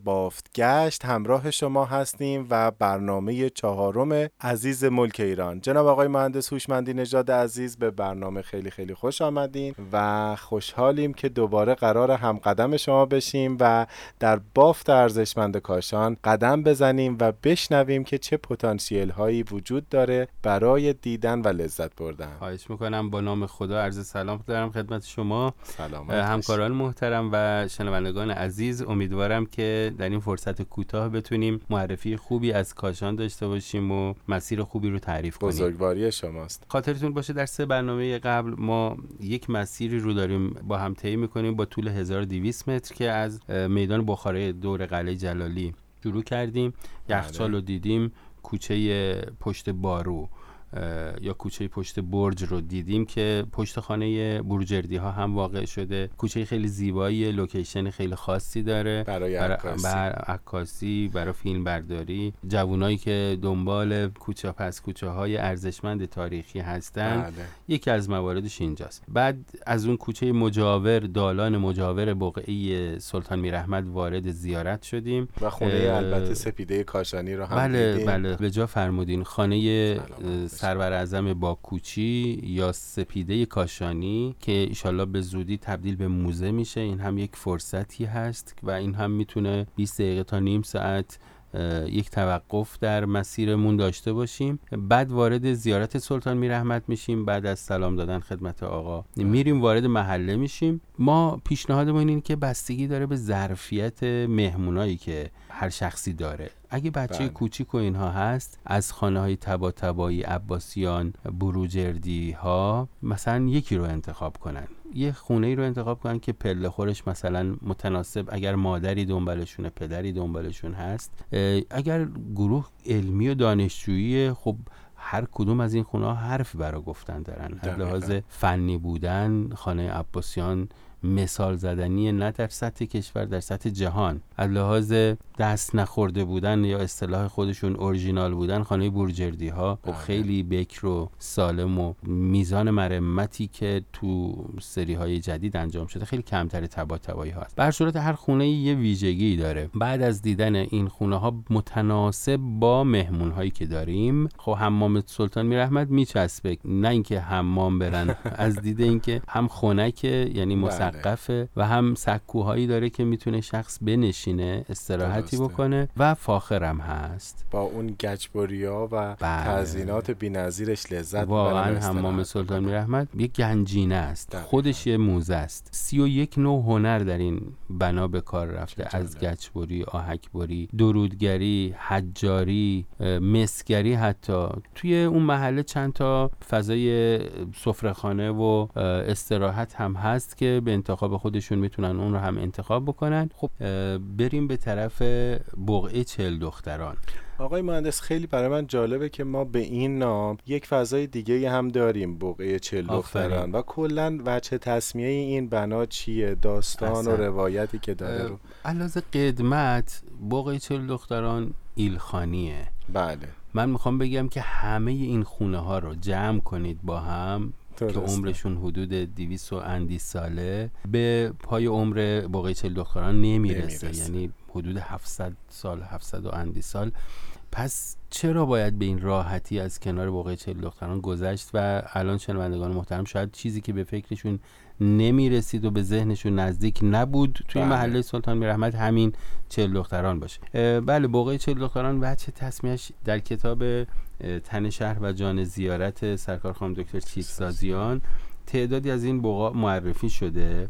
Speaker 5: بافتگشت همراه شما هستیم و برنامه چهارم عزیز ملک ایران. جناب آقای مهندس هوشمندی نژاد عزیز، به برنامه خیلی خیلی خوش آمدین و خوشحالیم که دوباره قرار هم قدم شما بشیم و در بافت ارزشمند کاشان قدم بزنیم و بشنویم که چه پتانسیل هایی وجود داره برای دیدن و لذت بردن.
Speaker 4: خواهش میکنم. با نام خدا عرض سلام دارم خدمت شما
Speaker 5: سلامت
Speaker 4: همکاران محترم و شنوندگان عزیز. امیدوارم که در این فرصت کوتاه بتونیم معرفی خوبی از کاشان داشته باشیم و مسیر خوبی رو تعریف کنیم.
Speaker 5: بزرگواری شماست.
Speaker 4: خاطرتون باشه در سه برنامه قبل ما یک مسیری رو داریم با هم طی می‌کنیم با طول هزار و دویست متر که از میدان بخارای دور قلعه جلالی شروع کردیم. یخچال رو دیدیم، کوچه پشت بارو یا کوچه پشت برج رو دیدیم که پشت خانه بروجردی ها هم واقع شده. کوچه خیلی زیبایی، لوکیشن خیلی خاصی داره
Speaker 5: برای عکاسی،
Speaker 4: برای عکاسی، برای فیلم برداری. جوانایی که دنبال کوچه پس کوچه های ارزشمند تاریخی هستن، بله. یکی از مواردش اینجاست. بعد از اون کوچه مجاور، دالان مجاور بقعه سلطان میراحمد وارد زیارت شدیم
Speaker 5: و خونه البته سپیده کاشانی رو هم
Speaker 4: بله
Speaker 5: دیدیم.
Speaker 4: بله به جا فرمودین. خانه سرور اعظم باکوچی یا سپیده کاشانی که انشالله به زودی تبدیل به موزه میشه. این هم یک فرصتی هست و این هم میتونه بیست دقیقه تا نیم ساعت یک توقف در مسیرمون داشته باشیم. بعد وارد زیارت سلطان میراحمد میشیم. بعد از سلام دادن خدمت آقا میریم وارد محله میشیم. ما پیشنهادمون اینه که بستگی داره به ظرفیت مهمونایی که هر شخصی داره. اگه بچه بله. کوچیک و اینها هست، از خانه های تبا تبایی، عباسیان، بروجردی ها مثلا یکی رو انتخاب کنن، یه خونه ای رو انتخاب کنن که پله خورش مثلا متناسب، اگر مادری دنبالشونه، پدری دنبالشون هست. اگر گروه علمی و دانشجویی، خب هر کدوم از این خونه ها حرف برای گفتن دارن. از لحاظ فنی بودن خانه عباسیان مثال زدنیه، نه در سطح کشور، در سطح جهان. از لحاظ دست نخورده بودن یا اصطلاح خودشون اورجینال بودن، خانه بروجردی ها خب خیلی بکر و سالم و میزان مرمتی که تو سری های جدید انجام شده خیلی کمتر تبا تبایی هست. به هر صورت هر خونه یه ویژگی داره. بعد از دیدن این خونه ها متناسب با مهمون هایی که داریم، خب حمام سلطان میراحمد میچسبه، نه اینکه حمام برن. از دید اینکه هم خنکه یعنی مسقفه و هم سکوهایی داره که میتونه شخص بنشینه استراحتی بکنه و فاخرم هست.
Speaker 5: با اون گچبریا و تزیینات بی‌نظیرش لذت ببریم.
Speaker 4: واقعا حمام سلطان میراحمد یک گنجینه است، خودش یه موزه است. سی و یک نوع هنر در این بنا به کار رفته، از گچبری، آهکبری، درودگری، حجاری، مسگری. حتی توی اون محله چند تا فضای سفره‌خانه و استراحت هم هست که به انتخاب خودشون میتونن اون رو هم انتخاب بکنن. خب بریم به طرف بقعه چهل دختران.
Speaker 5: آقای مهندس، خیلی برای من جالبه که ما به این نام یک فضای دیگه هم داریم، بقعه چهل دختران، و کلا وجه تسمیه این بنا چیه، داستان اصلا. و روایتی که داره رو
Speaker 4: علاوه قدمت بقعه چهل دختران ایلخانیه.
Speaker 5: بله.
Speaker 4: من میخوام بگم که همه این خونه ها رو جمع کنید با هم درسته. که عمرشون حدود دویست و اندی ساله، به پای عمر بقعه چهل دختران نمیرسه. نمیرسه یعنی حدود هفتصد سال، هفتصد و اندی سال. پس چرا باید به این راحتی از کنار بقعه چهل دختران گذشت و الان شنوندگان محترم شاید چیزی که به فکرشون نمیرسید و به ذهنشون نزدیک نبود توی بله. محله سلطان میرحمد همین چهل دختران باشه. بله، بقعه چهل دختران وجه تسمیه‌اش در کتاب تن شهر و جان زیارت سرکار خانم دکتر چیزسازیان تعدادی از این بقاع معرفی شده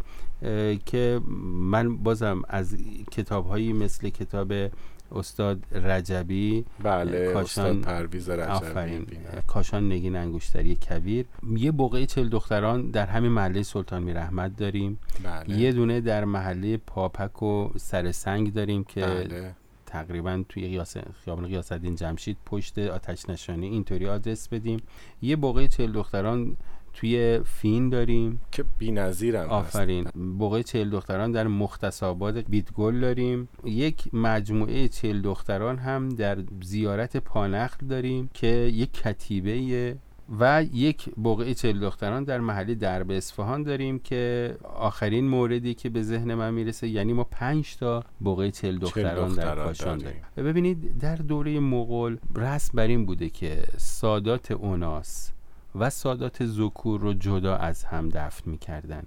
Speaker 4: که من بازم از کتاب‌هایی مثل کتاب استاد رجبی،
Speaker 5: بله، کاشان استاد پرویز رجبی،
Speaker 4: کاشان نگین انگشتری کویر، یه بقعه چهل دختران در همین محله سلطان میرحمد داریم.
Speaker 5: بله.
Speaker 4: یه دونه در محله پاپک و سر سنگ داریم که
Speaker 5: بله.
Speaker 4: تقریبا توی قیاس خیابان غیاث‌الدین جمشید پشت آتش نشانی اینطوری آدرس بدیم. یه بقعه چهل دختران توی فین داریم
Speaker 5: که بی‌نظیرم هست.
Speaker 4: آفرین. بقعه چهل دختران در مختصاباد بیتگل داریم. یک مجموعه چهل دختران هم در زیارت پانخل داریم که یک کتیبه، و یک بقعه چهل دختران در محله درب اصفهان داریم که آخرین موردی که به ذهن من میرسه. یعنی ما پنج تا بقعه چهل دختران در کاشان داریم. ببینید در دوره مغول رسم بر این بوده که سادات اوناس و سادات ذکور رو جدا از هم دفن می‌کردن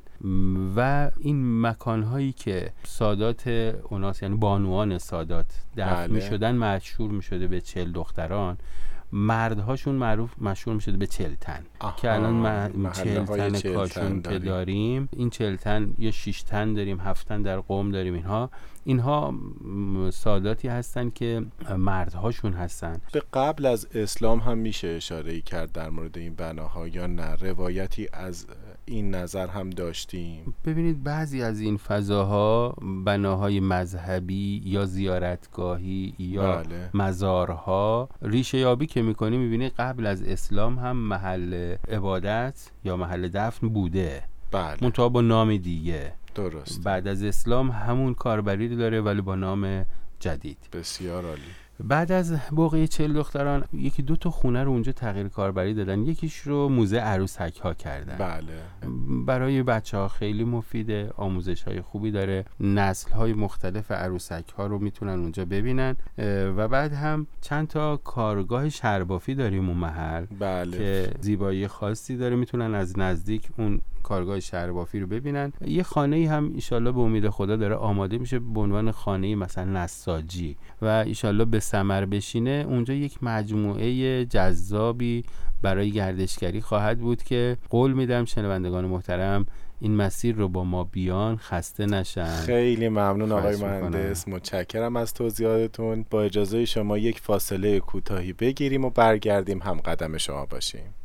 Speaker 4: و این مکان‌هایی که سادات اوناس یعنی بانوان سادات دفن بله. می‌شدن مشهور می‌شده به چهل دختران، مردهاشون معروف مشهور می‌شده به چهل تن که الان ما چهل تن کاشون که داریم، این چهل تن یا شش تن داریم، هفت تن در قم داریم. اینها اینها ساداتی هستن که مردهاشون هستن.
Speaker 5: به قبل از اسلام هم میشه اشاره کرد در مورد این بناها یا نه؟ روایتی از این نظر هم داشتیم.
Speaker 4: ببینید بعضی از این فضاها بناهای مذهبی یا زیارتگاهی یا بله. مزارها ریشه یابی که میکنی میبینی قبل از اسلام هم محل عبادت یا محل دفن بوده،
Speaker 5: بله.
Speaker 4: منتها با نام دیگه.
Speaker 5: درست.
Speaker 4: بعد از اسلام همون کاربری داره ولی با نام جدید.
Speaker 5: بسیار عالی.
Speaker 4: بعد از بقعه چهل دختران یکی دو تا خونه رو اونجا تغییر کاربری دادن. یکیش رو موزه عروسک ها کردن.
Speaker 5: بله.
Speaker 4: برای بچه ها خیلی مفیده، آموزش های خوبی داره، نسل های مختلف عروسک ها رو میتونن اونجا ببینن. و بعد هم چند تا کارگاه شربافی داریم اون محل
Speaker 5: بله.
Speaker 4: که زیبایی خاصی داره، میتونن از نزدیک اون کارگاه شهربافی رو ببینن. یه خانه‌ای هم ایشالله به امید خدا داره آماده میشه به عنوان خانه مثلا نساجی و ایشالله به ثمر بشینه. اونجا یک مجموعه جذابی برای گردشگری خواهد بود که قول میدم شنوندگان محترم این مسیر رو با ما بیان، خسته نشن.
Speaker 5: خیلی ممنون آقای مهندس، متشکرم از توضیحاتتون. با اجازه شما یک فاصله کوتاهی بگیریم و برگردیم هم قدم شما باشیم.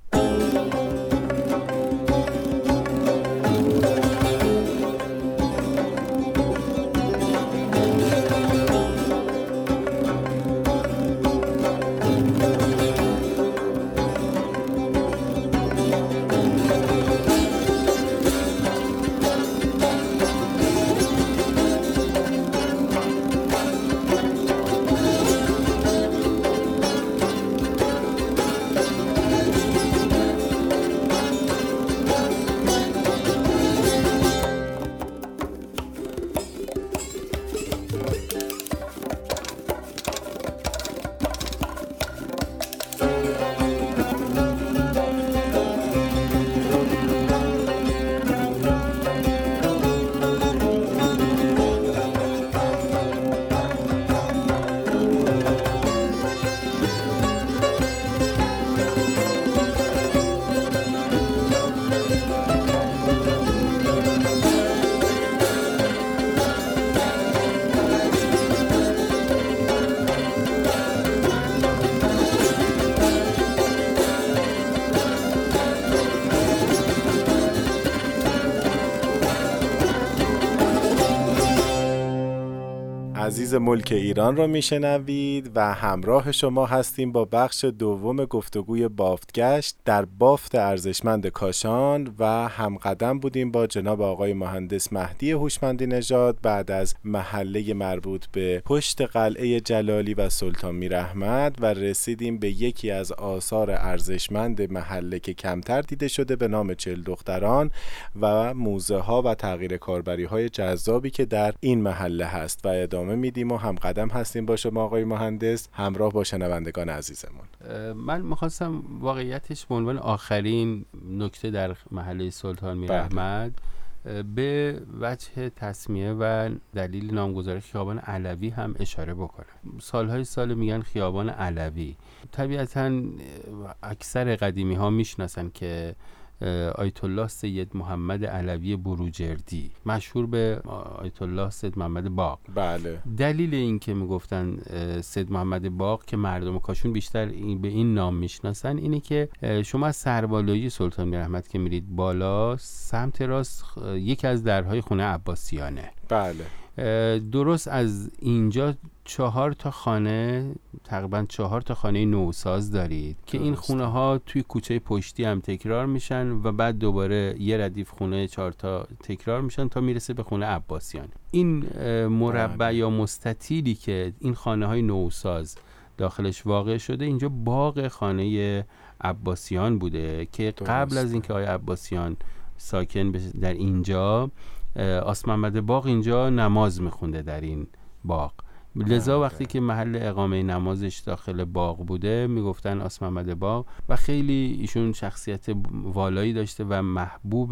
Speaker 5: عزیز ملک ایران رو میشنوید و همراه شما هستیم با بخش دوم گفتگوی بافتگشت در بافت ارزشمند کاشان و همقدم بودیم با جناب آقای مهندس مهدی هوشمندی نژاد بعد از محله مربوط به پشت قلعه جلالی و سلطان میراحمد و رسیدیم به یکی از آثار ارزشمند محله که کمتر دیده شده به نام چهل دختران و موزه ها و تغییر کاربری های جذابی که در این محله هست و ادامه میدیم و هم قدم هستیم با شما آقای مهندس همراه با شنوندگان عزیزمون.
Speaker 4: من میخواستم واقعیتش به عنوان آخرین نکته در محله سلطان میراحمد به وجه تسمیه و دلیل نامگذاری خیابان علوی هم اشاره بکنم. سالهای سال میگن خیابان علوی. طبیعتاً اکثر قدیمی ها میشناسن که آیت الله سید محمد علوی بروجردی مشهور به آیت الله سید محمد باغ.
Speaker 5: بله.
Speaker 4: دلیل این که میگفتن سید محمد باغ که مردم کاشون بیشتر این به این نام میشناسن اینه که شما از سربالایی سلطان میراحمد که میرید بالا سمت راست یکی از درهای خونه عباسیانه.
Speaker 5: بله.
Speaker 4: درست از اینجا چهار تا خانه تقریبا چهار تا خانه نوساز دارید که این خونه ها توی کوچه پشتی هم تکرار میشن و بعد دوباره یه ردیف خونه چهار تا تکرار میشن تا میرسه به خونه عباسیان. این مربع یا مستطیلی که این خانه های نوساز داخلش واقع شده اینجا باغ خانه عباسیان بوده که قبل از اینکه آقای عباسیان ساکن بشه در اینجا آس محمد باغ اینجا نماز میخونده در این باغ. لذا وقتی که محل اقامه نمازش داخل باغ بوده میگفتن آس محمد باغ و خیلی ایشون شخصیت والایی داشته و محبوب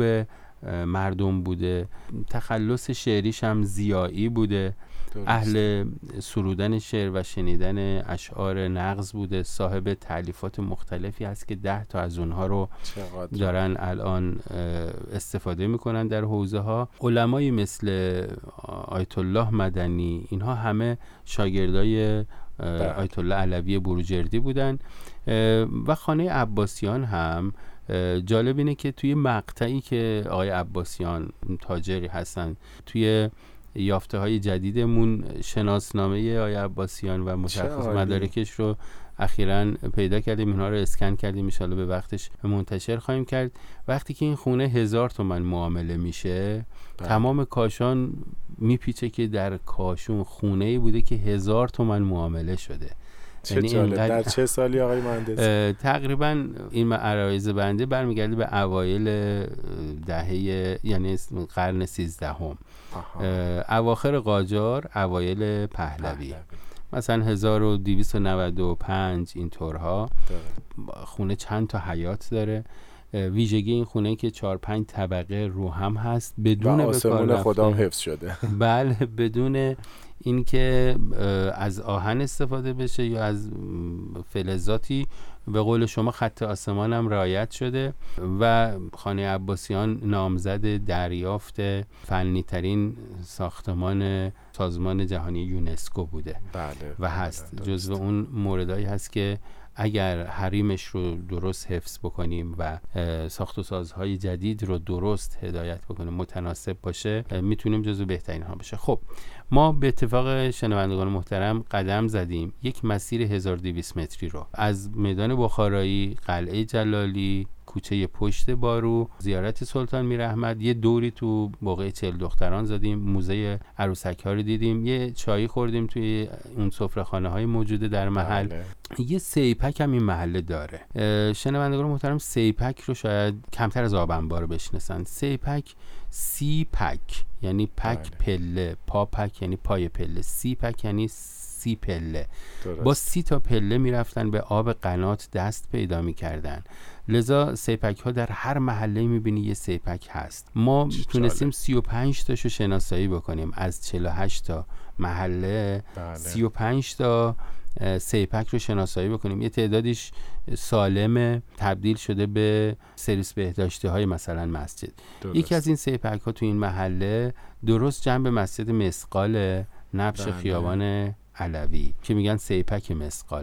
Speaker 4: مردم بوده. تخلص شعریش هم ضیائی بوده. درست. اهل سرودن شعر و شنیدن اشعار نغز بوده. صاحب تألیفات مختلفی هست که ده تا از اونها رو دارن الان استفاده میکنن در حوزه ها. علمایی مثل آیت الله مدنی اینها همه شاگردای آیت الله علوی بروجردی بودن و خانه عباسیان هم جالب اینه که توی مقطعی که آقای عباسیان تاجری هستن توی یافته های جدیدمون شناسنامه آقای عباسیان و مشخص مدارکش رو اخیراً پیدا کردیم، اینها رو اسکن کردیم، ان شاءالله به وقتش منتشر خواهیم کرد. وقتی که این خونه هزار تومن معامله میشه بله. تمام کاشان میپیچه که در کاشون خونه‌ای بوده که هزار تومن معامله شده.
Speaker 5: چه جالب. در چه سالی آقای مهندس؟
Speaker 4: تقریبا این عرایض بنده برمیگرده به اوایل دهه یعنی قرن سیزدهم، اواخر قاجار اوایل پهلوی، مثلا هزار و دویست و نود و پنج اینطورها. خونه چند تا حیاط داره. ویژگی این خونه که چهار پنج طبقه رو هم هست بدون
Speaker 5: و آسمون خدا هم حفظ شده.
Speaker 4: بله، بدون اینکه از آهن استفاده بشه یا از فلزاتی. به قول شما خط آسمان هم رعایت شده و خانه عباسیان نامزد دریافت فنی ترین ساختمان سازمان جهانی یونسکو بوده.
Speaker 5: بله.
Speaker 4: و هست جزو اون موردایی هست که اگر حریمش رو درست حفظ بکنیم و ساخت و سازهای جدید رو درست هدایت بکنیم متناسب باشه میتونیم جزو بهترین ها بشه. خب ما به اتفاق شنوندگان محترم قدم زدیم یک مسیر هزار و دویست متری رو از میدان بخارایی، قلعه جلالی، کوچه پشت بارو، زیارت سلطان میراحمد، یه دوری تو باغ چهل دختران زدیم، موزه عروسک ها رو دیدیم، یه چایی خوردیم توی اون سفره‌خانه های موجوده در محل. بله. یه سیپک هم این محله داره. شنوندگان محترم سیپک رو شاید کمتر از آب انبار بشناسن. سیپک سی پک یعنی پک بله. پله، پا پک یعنی پای پله، سی پک یعنی سی پله. درست. با سی تا پله میرفتن به آب قنات دست پیدا میکردن. لذا سیپک ها در هر محله میبینی یه سیپک هست. ما تونستیم سی و پنج تاشو شناسایی بکنیم از چهل و هشت تا محله. بله. سی و پنج تا سیپک رو شناسایی بکنیم. یه تعدادیش سالم تبدیل شده به سرویس بهداشتی های مثلا مسجد. درست. یکی از این سیپک ها تو این محله درست جنب مسجد مسقال نبش بله. خیابان علوی که میگن سیپک مسقال.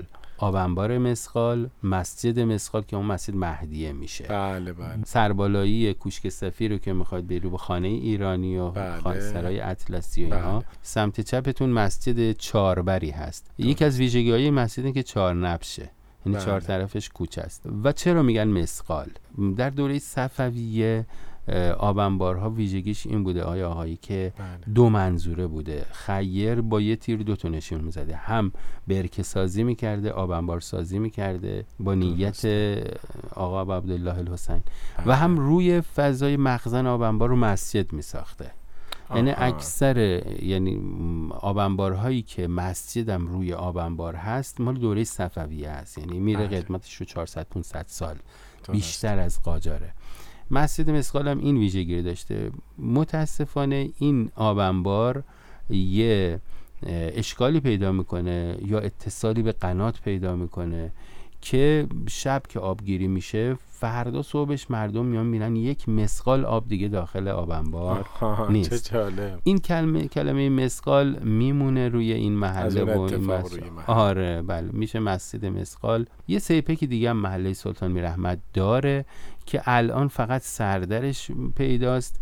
Speaker 4: آبانبار مسقال، مسجد مسقال که اون مسجد مهدیه میشه.
Speaker 5: بله بله.
Speaker 4: سربالایی کوشک صفی رو که میخواد بری به خانه ایرانی و
Speaker 5: بله.
Speaker 4: سرای اطلسی و اینها،
Speaker 5: بله.
Speaker 4: سمت چپتون مسجد چاربری هست. یکی از ویژگی‌های مسجد اینه که چهار نبشه، یعنی
Speaker 5: بله.
Speaker 4: چهار طرفش کوچه است. و چرا میگن مسقال؟ در دوره صفویه آبانبارها ویژگیش این بوده آیا آقایی که
Speaker 5: بله.
Speaker 4: دو منظوره بوده. خیر با یه تیر دو تا نشون میزده، هم برکه سازی میکرده، آبانبار سازی میکرده با نیت آقا عبدالله الحسین بله. و هم روی فضای مخزن آبانبار رو مسجد میساخته. یعنی اکثر یعنی آبانبارهایی که مسجدم روی آبانبار هست مال دوره صفویه است، یعنی میره بله. قدمتش رو چهارصد پانصد سال بیشتر از قاجاره. مسجد مسقال هم این ویژگی داشته. متاسفانه این آبانبار یه اشکالی پیدا میکنه یا اتصالی به قنات پیدا میکنه که شب که آبگیری میشه فردا صبحش مردم میان میرن یک مسقال آب دیگه داخل آبانبار نیست.
Speaker 5: چه جالب.
Speaker 4: این کلمه کلمه مسقال میمونه روی این محله و این مسجد. آره بله، میشه مسجد مسقال. یه سیپکی دیگه هم محله سلطان میرحمد داره که الان فقط سردرش پیداست.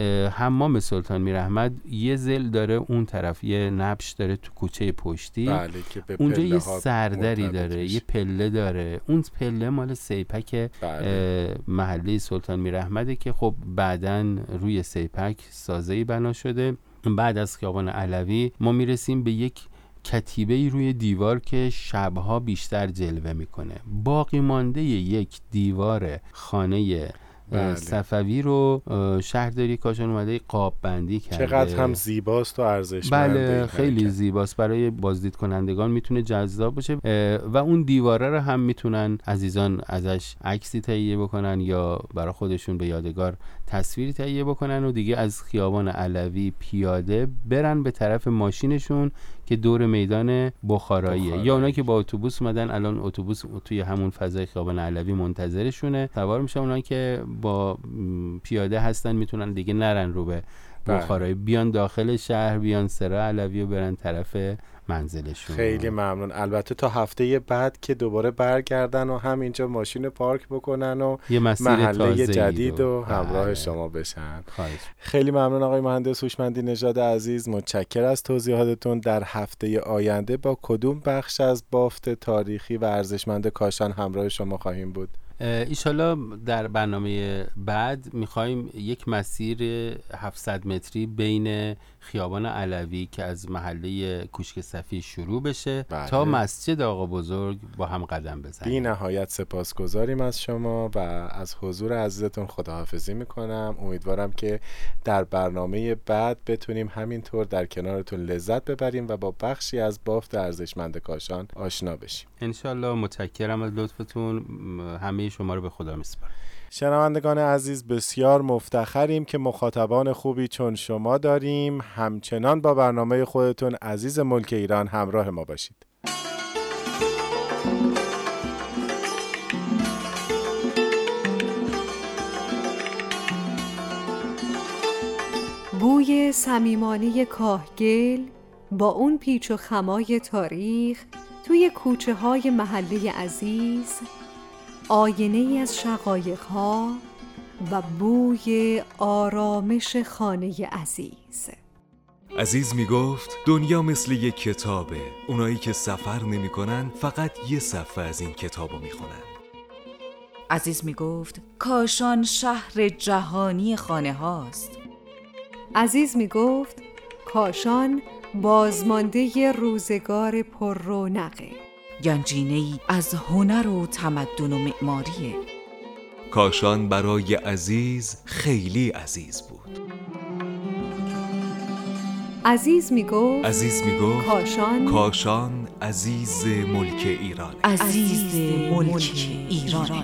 Speaker 4: حمام سلطان میرحمد یه زل داره اون طرف، یه نبش داره تو کوچه پشتی
Speaker 5: بله، که به
Speaker 4: اونجا یه سردری داره میشه. یه پله داره، اون پله مال سیپک بله. محله سلطان میرحمده که خب بعدن روی سیپک سازه‌ای بنا شده. بعد از خیابان علوی ما میرسیم به یک کتیبه‌ای روی دیوار که شبها بیشتر جلوه میکنه. باقی مانده یک دیوار خانه بله. صفوی رو شهرداری کاشان اومده قاب بندی کرده.
Speaker 5: چقدر هم زیباست و ارزشمنده.
Speaker 4: بله خیلی زیباست، برای بازدید کنندگان میتونه جذاب باشه و اون دیواره رو هم میتونن عزیزان ازش عکسی تهیه بکنن یا برای خودشون به یادگار تصویری تهیه بکنن و دیگه از خیابان علوی پیاده برن به طرف ماشینشون که دور میدان بخاراییه بخارایی. یا اونا که با اتوبوس اومدن الان اتوبوس توی همون فضای خیابان علوی منتظرشونه، سوار میشن. اونا که با پیاده هستن میتونن دیگه نرن رو به بخارایی، بیان داخل شهر، بیان سرا علوی و برن طرف منزلشون.
Speaker 5: خیلی ممنون. البته تا هفته بعد که دوباره برگردن و هم اینجا ماشین پارک بکنن و
Speaker 4: یه
Speaker 5: محله جدید و همراه بله. شما بشن.
Speaker 4: خواهش.
Speaker 5: خیلی ممنون آقای مهندس هوشمندی نژاد عزیز، متشکر از توضیحاتتون. در هفته آینده با کدوم بخش از بافت تاریخی و ارزشمند کاشان همراه شما خواهیم بود؟
Speaker 4: ایشالا در برنامه بعد میخوایم یک مسیر هفتصد متری بین خیابان علوی که از محله کوشک صفی شروع بشه بله. تا مسجد آقا بزرگ با هم قدم بزنیم.
Speaker 5: بی نهایت سپاسگزاریم از شما و از حضور عزیزتون خداحافظی میکنم. امیدوارم که در برنامه بعد بتونیم همینطور در کنارتون لذت ببریم و با بخشی از بافت ارزشمند کاشان آشنا بشیم.
Speaker 4: انشالله. متشکرم از لطفتون. همه شما رو به خدا میسپارم.
Speaker 5: شنوندگان عزیز، بسیار مفتخریم که مخاطبان خوبی چون شما داریم. همچنان با برنامه خودتون عزیز ملک ایران همراه ما باشید.
Speaker 10: بوی صمیمانه کاهگل با اون پیچ و خمای تاریخ توی کوچه های محله عزیز، آینه‌ای از شقایق‌ها و بوی آرامش خانه عزیز.
Speaker 1: عزیز می گفت دنیا مثل یک کتابه، اونایی که سفر نمی کنن فقط یه صفحه از این کتابو می خونن.
Speaker 11: عزیز می گفت کاشان شهر جهانی خانه هاست.
Speaker 10: عزیز می گفت کاشان بازمانده روزگار پر رونقه،
Speaker 11: گنجینه‌ای از هنر و تمدن و معماریه.
Speaker 1: کاشان برای عزیز خیلی عزیز بود.
Speaker 10: عزیز می گفت
Speaker 1: عزیز می گفت
Speaker 10: کاشان
Speaker 1: کاشان عزیز ملک ایران.
Speaker 11: عزیز ملک ایران.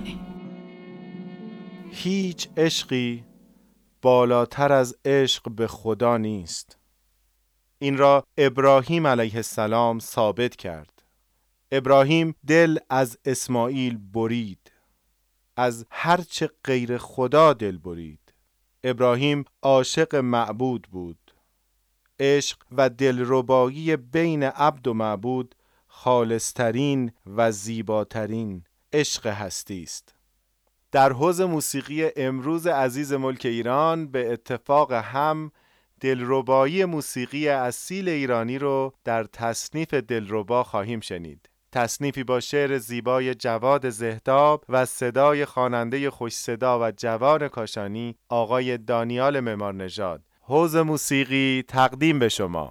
Speaker 5: هیچ عشقی بالاتر از عشق به خدا نیست. این را ابراهیم علیه السلام ثابت کرد. ابراهیم دل از اسماعیل برید، از هرچه غیر خدا دل برید. ابراهیم عاشق معبود بود. عشق و دلربایی بین عبد و معبود خالصترین و زیباترین عشق هستی است. در حوض موسیقی امروز عزیز ملک ایران به اتفاق هم دلربایی موسیقی اصیل ایرانی رو در تصنیف دلربا خواهیم شنید. تصنیفی با شعر زیبای جواد زهداب و صدای خواننده خوش صدا و جوان کاشانی آقای دانیال معمارنژاد. حوض موسیقی تقدیم به شما.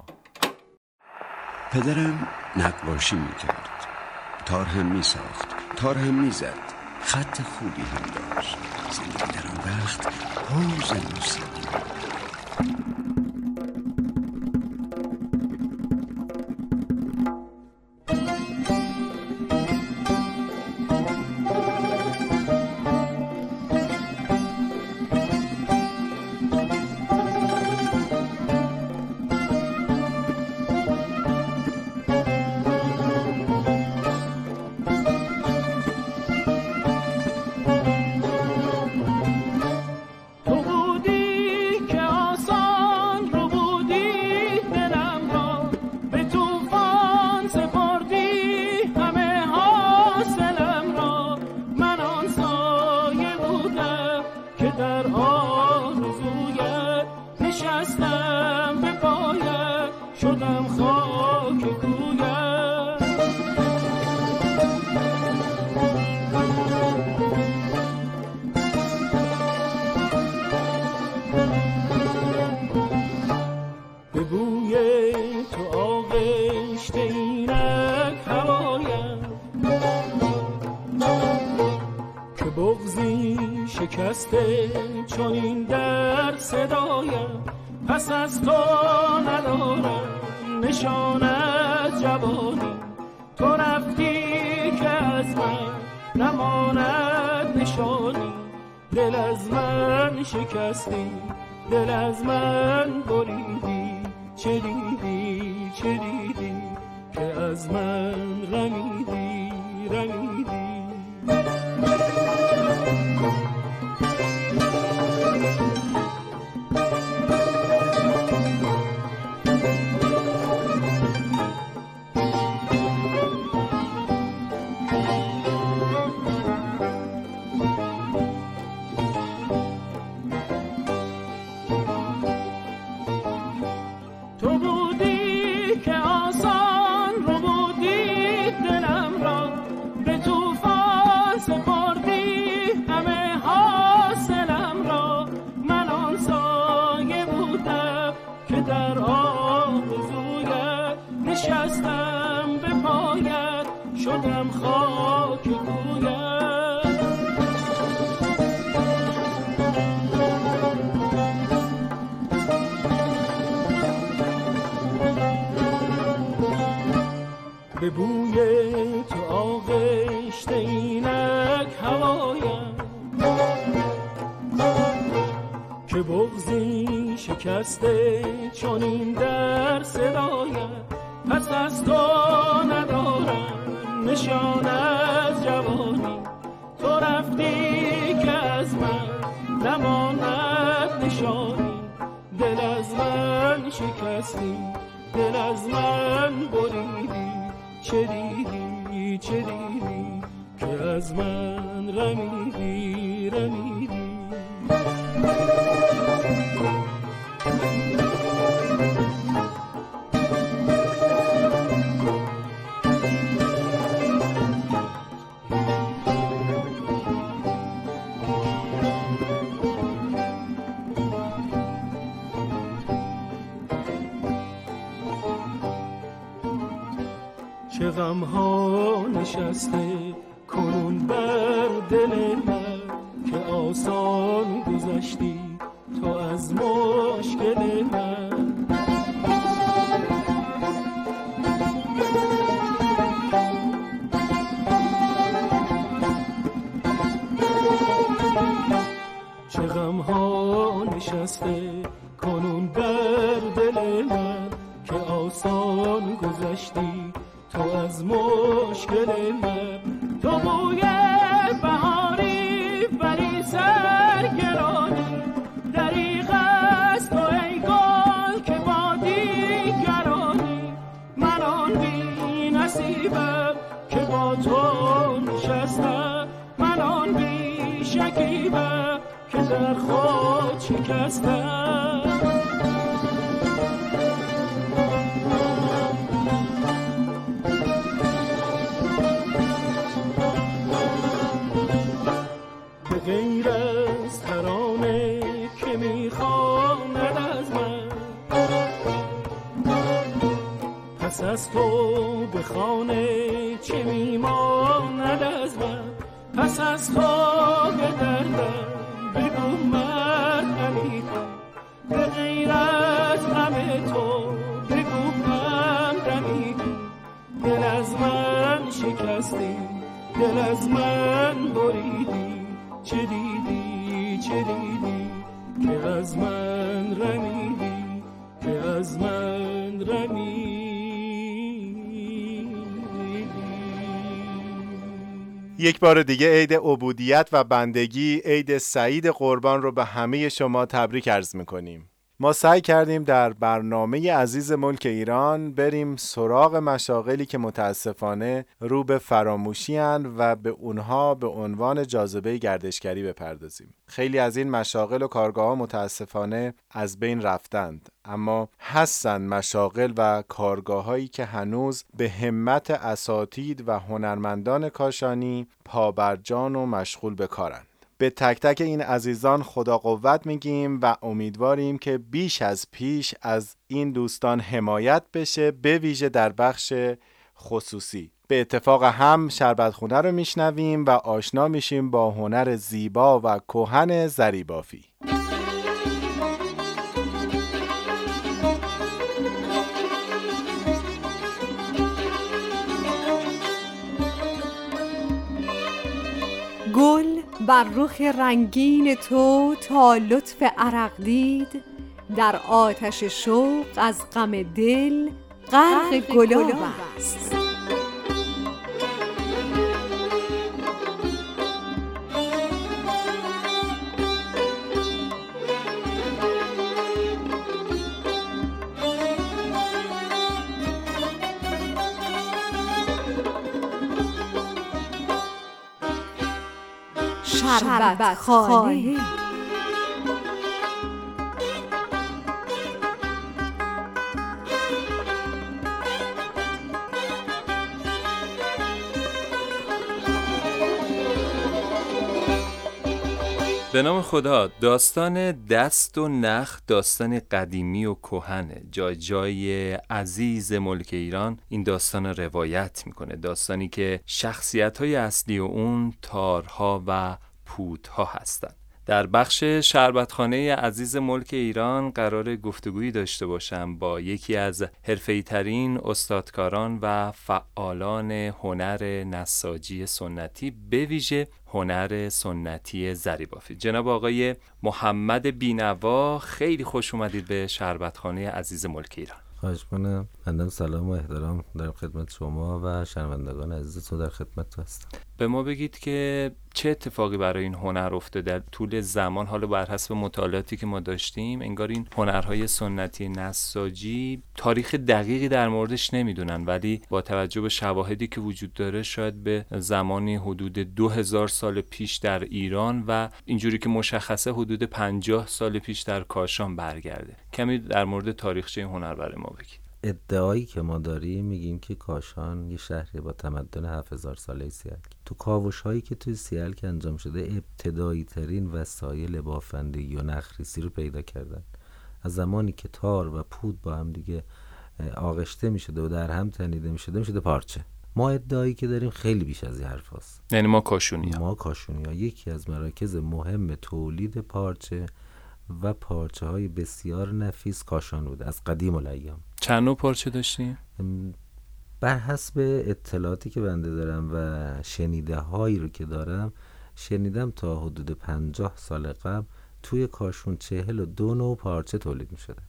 Speaker 12: پدرم نقاشی میکرد، تار هم میساخت، تار هم میزد، خط خوبی هم داشت. زندگی در آن وقت حوض موسیقی.
Speaker 13: شکسته چون این در صدایم، پس از تو ندارم نشان از جوانی. تو رفتی که از من نماند نشانی. دل از من شکستی، دل از من بریدی. چه دیدی چه دیدی که از من رمیدی رمیدی. نشستم به پایت شدم خاک کویت. به بوی تو آغشته اینک هوایم، که بغضی شکسته چون این در صدایم. پس از تو ندارم نشان از جوانی. تو رفتی که از من نماند نشانی. دل از من شکستی، دل از من بریدی. چه دیدی چه دیدی که از من رمیدی رمیدی. چه غم ها نشسته کنون بر دل من، که آسان گذشتی تو از مشکل من. چه غم ها نشسته کنون بر دل من، که آسان گذشتی تو از مشکل من. تو بوی بهاری ولی سرگرانی، دریغ است تو ای گل که با دیگرانی. من آن بی نصیب شکیبم که با تو نشستم، من آن بی شکیبم که در خود شکستم. به غیر از ترانه که میخواند از من، پس از تو به خانه چه میماند از من، پس از تو به دردم بگو مرهمی کن، به غیر از غم تو بگو همدمی کن. دل از من شکستی، دل از من بریدی، چه دیدی چه دیدی که از من رمیدی، که از من رمیدی.
Speaker 5: یک بار دیگه عید عبودیت و بندگی، عید سعید قربان رو به همه شما تبریک عرض میکنیم. ما سعی کردیم در برنامه عزیز ملک ایران بریم سراغ مشاغلی که متاسفانه رو به فراموشی اند و به اونها به عنوان جاذبه گردشگری بپردازیم. خیلی از این مشاغل و کارگاه ها متاسفانه از بین رفتند، اما هستند مشاغل و کارگاه هایی که هنوز به همت اساتید و هنرمندان کاشانی پابرجان و مشغول به کارند. به تک تک این عزیزان خدا قوت میگیم و امیدواریم که بیش از پیش از این دوستان حمایت بشه، به ویژه در بخش خصوصی. به اتفاق هم شربتخونه رو میشنویم و آشنا میشیم با هنر زیبا و کهن زریبافی.
Speaker 10: گل بر رخ رنگین تو تا لطف عرق دید، در آتش شوق از غم دل غرق گلاب است. شربت خانه
Speaker 14: به نام خدا. داستان دست و نخ داستان قدیمی و کهنه. جای جای عزیز ملک ایران این داستان روایت میکنه، داستانی که شخصیت‌های اصلی اون تارها و پودها هستند. در بخش شربتخانه عزیز ملک ایران قرار گفتگویی داشته باشم با یکی از حرفه‌ای ترین استادکاران و فعالان هنر نساجی سنتی، به ویژه هنر سنتی زریبافی، جناب آقای محمد بینوا. خیلی خوش اومدید به شربتخانه عزیز ملک ایران.
Speaker 15: خواهش کنم. بنده سلام و احترام در خدمت شما و شنوندگان عزیز تو در خدمت تو هستم.
Speaker 14: به ما بگید که چه اتفاقی برای این هنر افتاده در طول زمان. حالا بر حسب مطالعاتی که ما داشتیم انگار این هنرهای سنتی نساجی تاریخ دقیقی در موردش نمیدونن، ولی با توجه به شواهدی که وجود داره شاید به زمانی حدود دو هزار سال پیش در ایران و اینجوری که مشخصه حدود پنجاه سال پیش در کاشان برگرده. کمی در مورد تاریخچه این هنر برای ما بگید.
Speaker 15: ادعایی که ما داریم میگیم که کاشان یه شهری با تمدن هفت هزار ساله سیالک. تو کاوش هایی که توی سیالک انجام شده ابتدایی ترین وسایل بافندگی و نخریسی رو پیدا کردن. از زمانی که تار و پود با هم دیگه آغشته میشده و در هم تنیده میشده میشده پارچه. ما ادعایی که داریم خیلی بیش از این حرف هست.
Speaker 14: یعنی ما کاشونی ها.
Speaker 15: ما کاشونی ها یکی از مراکز مهم تولید پارچه و پارچه های بسیار نفیس کاشان بوده از قدیم الایام.
Speaker 14: چند نوع پارچه داشتیم؟
Speaker 15: بر حسب اطلاعاتی که بنده دارم و شنیده هایی رو که دارم، شنیدم تا حدود پنجاه سال قبل توی کاشون چهل و دو نوع پارچه تولید می شده.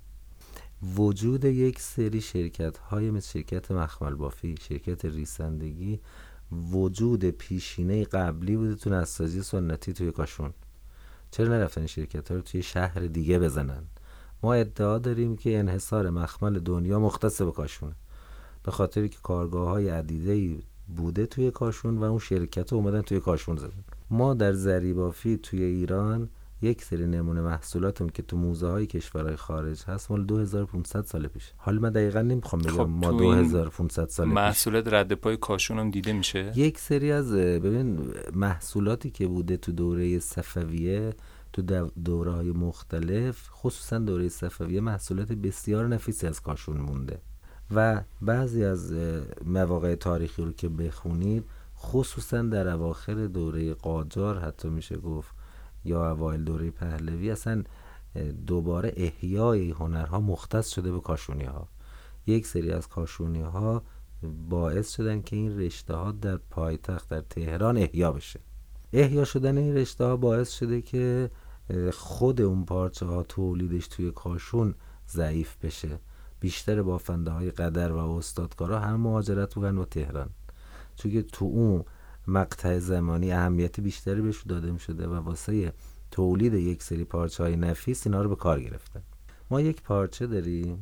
Speaker 15: وجود یک سری شرکت های مثل شرکت مخمل بافی، شرکت ریسندگی، وجود پیشینه قبلی بوده تو نساجی سنتی توی کاشون. چرا نرفتن این شرکت ها رو توی شهر دیگه بزنن؟ ما ادعا داریم که انحصار مخمل دنیا مختص به کاشونه. به خاطری که کارگاه‌های عدیده‌ای بوده توی کاشون و اون شرکت اومدن توی کاشون زدن. ما در زریبافی توی ایران یک سری نمونه محصولاتم که تو موزه های کشورهای خارج هست مال دو هزار و پانصد سال پیشه. حالا من دقیقاً نمیخوام بگم
Speaker 14: خب
Speaker 15: ما دو هزار و پانصد سال پیش
Speaker 14: محصولات رد پای کاشون هم دیده میشه.
Speaker 15: یک سری از ببین محصولاتی که بوده تو دوره صفویه، تو دوره های مختلف، خصوصا دوره صفویه محصولات بسیار نفیسی از کاشون مونده و بعضی از مواقع تاریخی رو که بخونید، خصوصا در اواخر دوره قاجار حتی میشه گفت یا اوایل دوره پهلوی، اصلا دوباره احیای هنرها مختص شده به کاشونی ها. یک سری از کاشونی ها باعث شدن که این رشته ها در پایتخت در تهران احیا بشه. احیا شدن این رشته ها باعث شده که خود اون پارچه ها تولیدش توی کاشون ضعیف بشه. بیشتر بافنده های قدر و استادکارا هم مهاجرت بودن و تهران، چون که تو اون مقطع زمانی اهمیت بیشتری بهش داده می شده و واسه تولید یک سری پارچه های نفیس اینا رو به کار گرفتن. ما یک پارچه داریم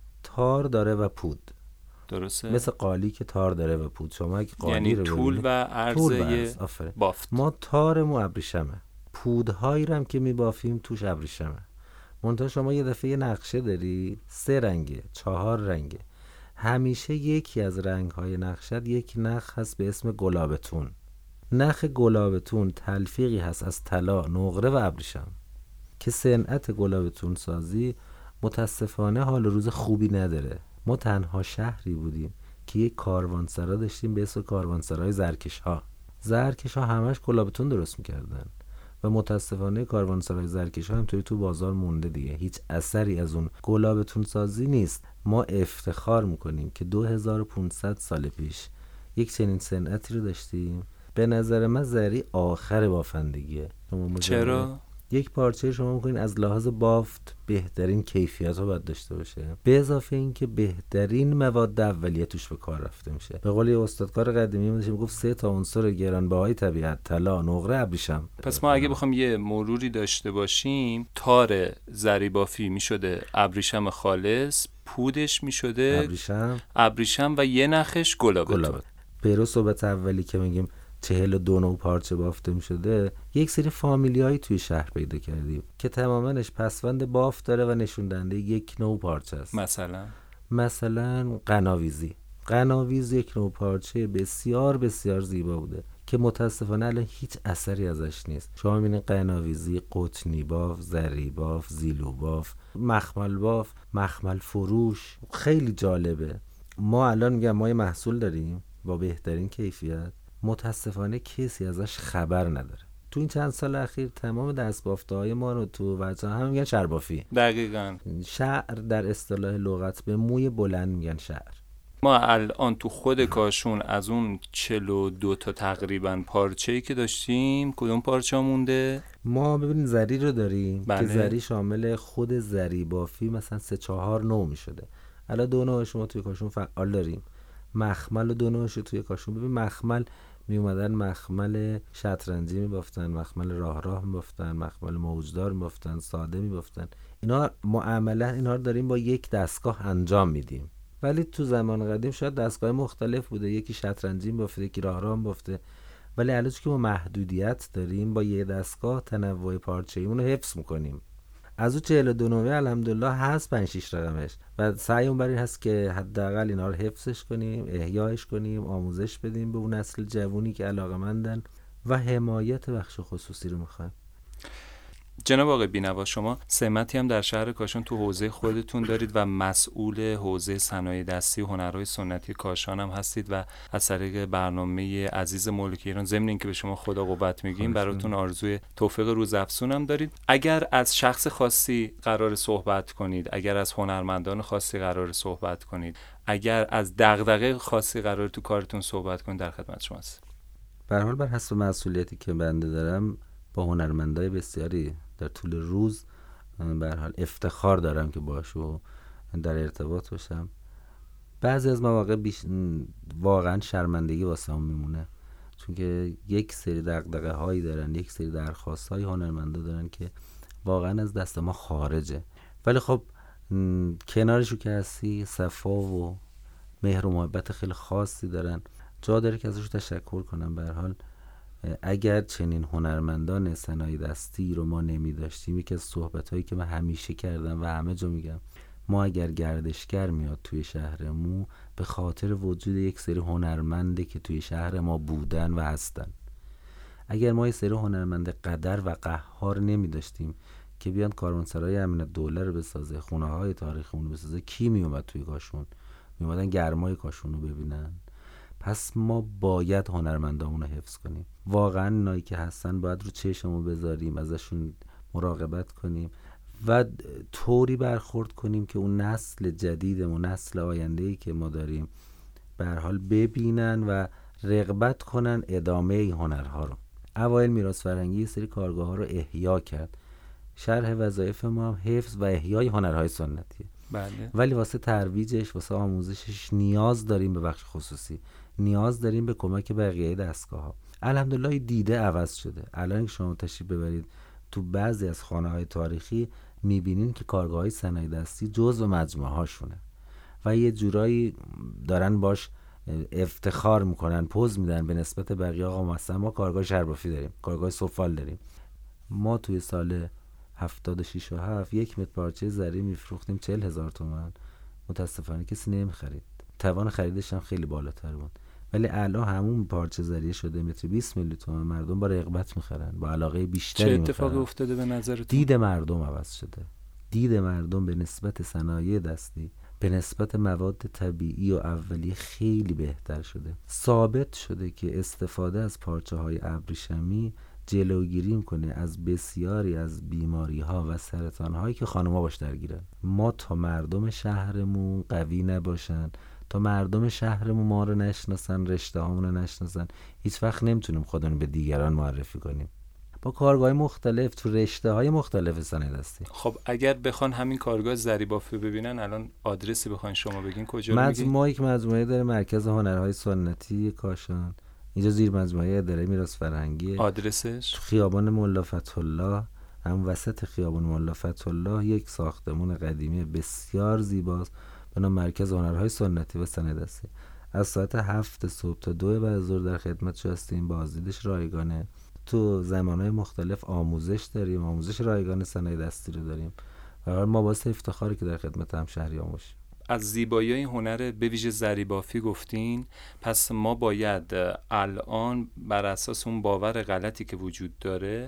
Speaker 15: تار داره و پود،
Speaker 14: درسته؟
Speaker 15: مثل قالی که تار داره و پود. شما اگه قالی
Speaker 14: یعنی
Speaker 15: رو
Speaker 14: طول و عرضه بافت.
Speaker 15: ما تارمو ابریشمه، پودهایی رو هم که می بافیم توش ابریشمه. منتها شما یه دفعه یه نقشه داری سه رنگه، چهار رنگه، همیشه یکی از رنگ‌های نقشت یک نخ هست به اسم گلابتون. نخ گلابتون تلفیقی هست از طلا، نقره و ابریشم که صنعت گلابتون سازی متاسفانه حال روز خوبی نداره. ما تنها شهری بودیم که یک کاروانسرا داشتیم به اسم کاروانسرای زرکش‌ها. زرکش‌ها همش گلابتون درست می‌کردن و متاسفانه کاروانسرای زرکش‌ها همطوری تو بازار مونده دیگه، هیچ اثری از اون گلابتون سازی نیست. ما افتخار میکنیم که دو هزار و پانصد سال پیش یک چنین صنعتی رو داشتیم. به نظر من زری آخر بافندگیه.
Speaker 14: چرا؟
Speaker 15: یک پارچه شما میکنین از لحاظ بافت بهترین کیفیت رو باید داشته باشه، به اضافه این که بهترین مواد اولیه توش به کار رفته میشه. به قول استادکار قدیمی میشه میگفت سه تا عنصر گرانبهای طبیعت، طلا، نقره، ابریشم.
Speaker 14: پس ما اگه بخوام یه مروری داشته باشیم، تار زریبافی میشده ابریشم خالص، پودش میشده
Speaker 15: ابریشم
Speaker 14: ابریشم و یه نخش گلابتون.
Speaker 15: گلابت. پیرو صحبت اولی که میگیم چهل و دو نوع پارچه بافته می شده، یک سری فامیلیایی توی شهر پیدا کردیم که تمامنش پسوند بافت داره و نشون دهنده یک نوع پارچه است.
Speaker 14: مثلا
Speaker 15: مثلا قناویزی. قناویز یک نوع پارچه بسیار بسیار زیبا بوده که متاسفانه الان هیچ اثری ازش نیست. شما میبینید قناویزی، قطنی باف، زری باف، زیلو باف، مخمل باف، مخمل فروش. خیلی جالبه. ما الان میگم ما یه محصول داریم با بهترین کیفیت، متاسفانه کسی ازش خبر نداره. تو این چند سال اخیر تمام دستبافته‌های ما رو تو وجه هم میگن شعربافی.
Speaker 14: دقیقاً.
Speaker 15: شعر در اصطلاح لغت به موی بلند میگن شعر.
Speaker 14: ما الان تو خود کاشون از اون چهل و دو تا تقریبا پارچه‌ای که داشتیم، کدوم پارچه مونده؟
Speaker 15: ما ببینید زری رو داریم
Speaker 14: بله.
Speaker 15: که زری شامل خود زری بافی مثلا سه چهار نوع میشده. الان دو نوع شما توی کاشون فعال داریم. مخمل و دو نوعش توی کاشون. ببین مخمل می اومدن مخمل شطرنجی می بافتن، مخمل راه راه می بافتن، مخمل موجدار می بافتن، ساده می بافتن. اینا معامله اینا رو داریم با یک دستگاه انجام میدیم. ولی تو زمان قدیم شاید دستگاه مختلف بوده، یکی شطرنجی می بافته، یکی راه راه می بافته. ولی الان که ما محدودیت داریم، با یک دستگاه تنوع پارچه‌ایمون رو حفظ می‌کنیم. از اون چهل و دو نوعه الحمدلله هست پنج شش رقمش و سعیمون بر این هست که حداقل اینا رو حفظش کنیم، احیایش کنیم، آموزش بدیم به اون نسل جوونی که علاقه‌مندن و حمایت بخش خصوصی رو می‌خوایم.
Speaker 14: جناب آقای بینوا، شما سمتی هم در شهر کاشان تو حوزه خودتون دارید و مسئول حوزه صنایع دستی و هنرهای سنتی کاشان هم هستید و از طریق برنامه عزیز ملک ایران، ضمن اینکه به شما خدا قوت میگیم، براتون آرزوی توفیق روزافزون هم دارید. اگر از شخص خاصی قرار صحبت کنید، اگر از هنرمندان خاصی قرار صحبت کنید، اگر از دغدغه خاصی قرار تو کارتون صحبت کنید، در خدمت شماست.
Speaker 15: به هر حال بر حسب مسئولیتی که بنده دارم با هنرمندای بسیاری در طول روز به هر حال افتخار دارم که باشو در ارتباط باشم. بعضی از مواقع بیش... واقعا شرمندگی واسم میمونه، چون که یک سری دغدغه هایی دارن، یک سری درخواست های هنرمندا دارن که واقعا از دست ما خارجه. ولی خب کنارشو که هستی صفا و مهر و محبت خیلی خاصی دارن، جا داره که ازش تشکر کنم. به هر حال اگر چنین هنرمندان صنایع دستی رو ما نمی داشتیم، یکی از صحبت‌هایی که من همیشه کردم و همه جا میگم، ما اگر گردشگر میاد توی شهرمون به خاطر وجود یک سری هنرمنده که توی شهر ما بودن و هستن. اگر ما یک سری هنرمند قدر و قهار نمی داشتیم که بیان کاروانسرای امین الدوله رو بسازه، خونه های تاریخی رو بسازه، کی می اومد توی کاشون؟ می اومدن گرمای کاشون رو ببینن. پس ما باید هنرمندامون رو حفظ کنیم. واقعا اینایی که هستن باید رو چشمو بذاریم، ازشون مراقبت کنیم و طوری برخورد کنیم که اون نسل جدیدمون، نسل آینده‌ای که ما داریم، به هر حال ببینن و رغبت کنن ادامه این هنرها رو. اوایل میراث فرهنگی یه سری کارگاه ها رو احیا کرد. شرح وظایف ما هم حفظ و احیای هنرهای سنتیه.
Speaker 14: بله.
Speaker 15: ولی واسه ترویجش، واسه آموزشش نیاز داریم به بخش خصوصی، نیاز داریم به کمک بقیه دستگاه ها. الحمدلله دیده عوض شده. الان که شما تشریف ببرید تو بعضی از خانه‌های تاریخی میبینین که کارگاه‌های صنایع دستی جزو مجموعه هاشونه و یه جورایی دارن باش افتخار میکنن، پوز میدن به نسبت بقیه. آقا مثلا ما کارگاه شربافی داریم، کارگاه سفال داریم. ما توی سال هفتاد و شش و هفت یک متر پارچه زری میفروختیم چهل هزار تومان. متاسفانه کسی نمیخرید، توان خریدش هم خیلی بالاتر بود. ولی الان همون پارچه زری شده متر بیست میلیون تومان، مردم با رغبت میخرن، با علاقه بیشتری
Speaker 14: چه
Speaker 15: میخرن.
Speaker 14: اتفاقی افتاده به نظرتون؟
Speaker 15: دید مردم عوض شده. دید مردم به نسبت صنایع دستی، به نسبت مواد طبیعی و اولیه خیلی بهتر شده. ثابت شده که استفاده از پارچه های ابریشمی جلوگیری میکنه از بسیاری از بیماری ها و سرطان هایی که خانوما باش درگیرن. ما تا مردم شهرمون قوی نباشن، تا مردم شهرمون ما رو نشناسن، رشته هامون رو نشناسن، هیچ وقت نمیتونیم خودمون به دیگران معرفی کنیم. با کارگاه مختلف تو رشته های مختلف صنایع دستی.
Speaker 14: خب اگر بخوان همین کارگاه زریبافی ببینن، الان آدرسی بخواین شما بگین کجا رو میگین؟
Speaker 15: مجموعه یک مجموعه داره مرکز هنرهای سنتی کاشان، اینجا زیر مجموعه اداره میراث فرهنگی.
Speaker 14: آدرسش
Speaker 15: تو خیابان ملا فتح‌الله، هم وسط خیابان ملا فتح‌الله یک ساختمون قدیمی بسیار زیباست به نام مرکز هنرهای سنتی و صنایع دستی. از ساعت هفت صبح تا دو بعد از ظهر در خدمت هستیم. بازدیدش رایگانه. تو زمانهای مختلف آموزش داریم، آموزش رایگان صنایع دستی رو داریم و ما باعث افتخاری که در خدمت همشهریان باشیم.
Speaker 14: از زیبایی هنر به ویژه زریبافی گفتین، پس ما باید الان بر اساس اون باور غلطی که وجود داره،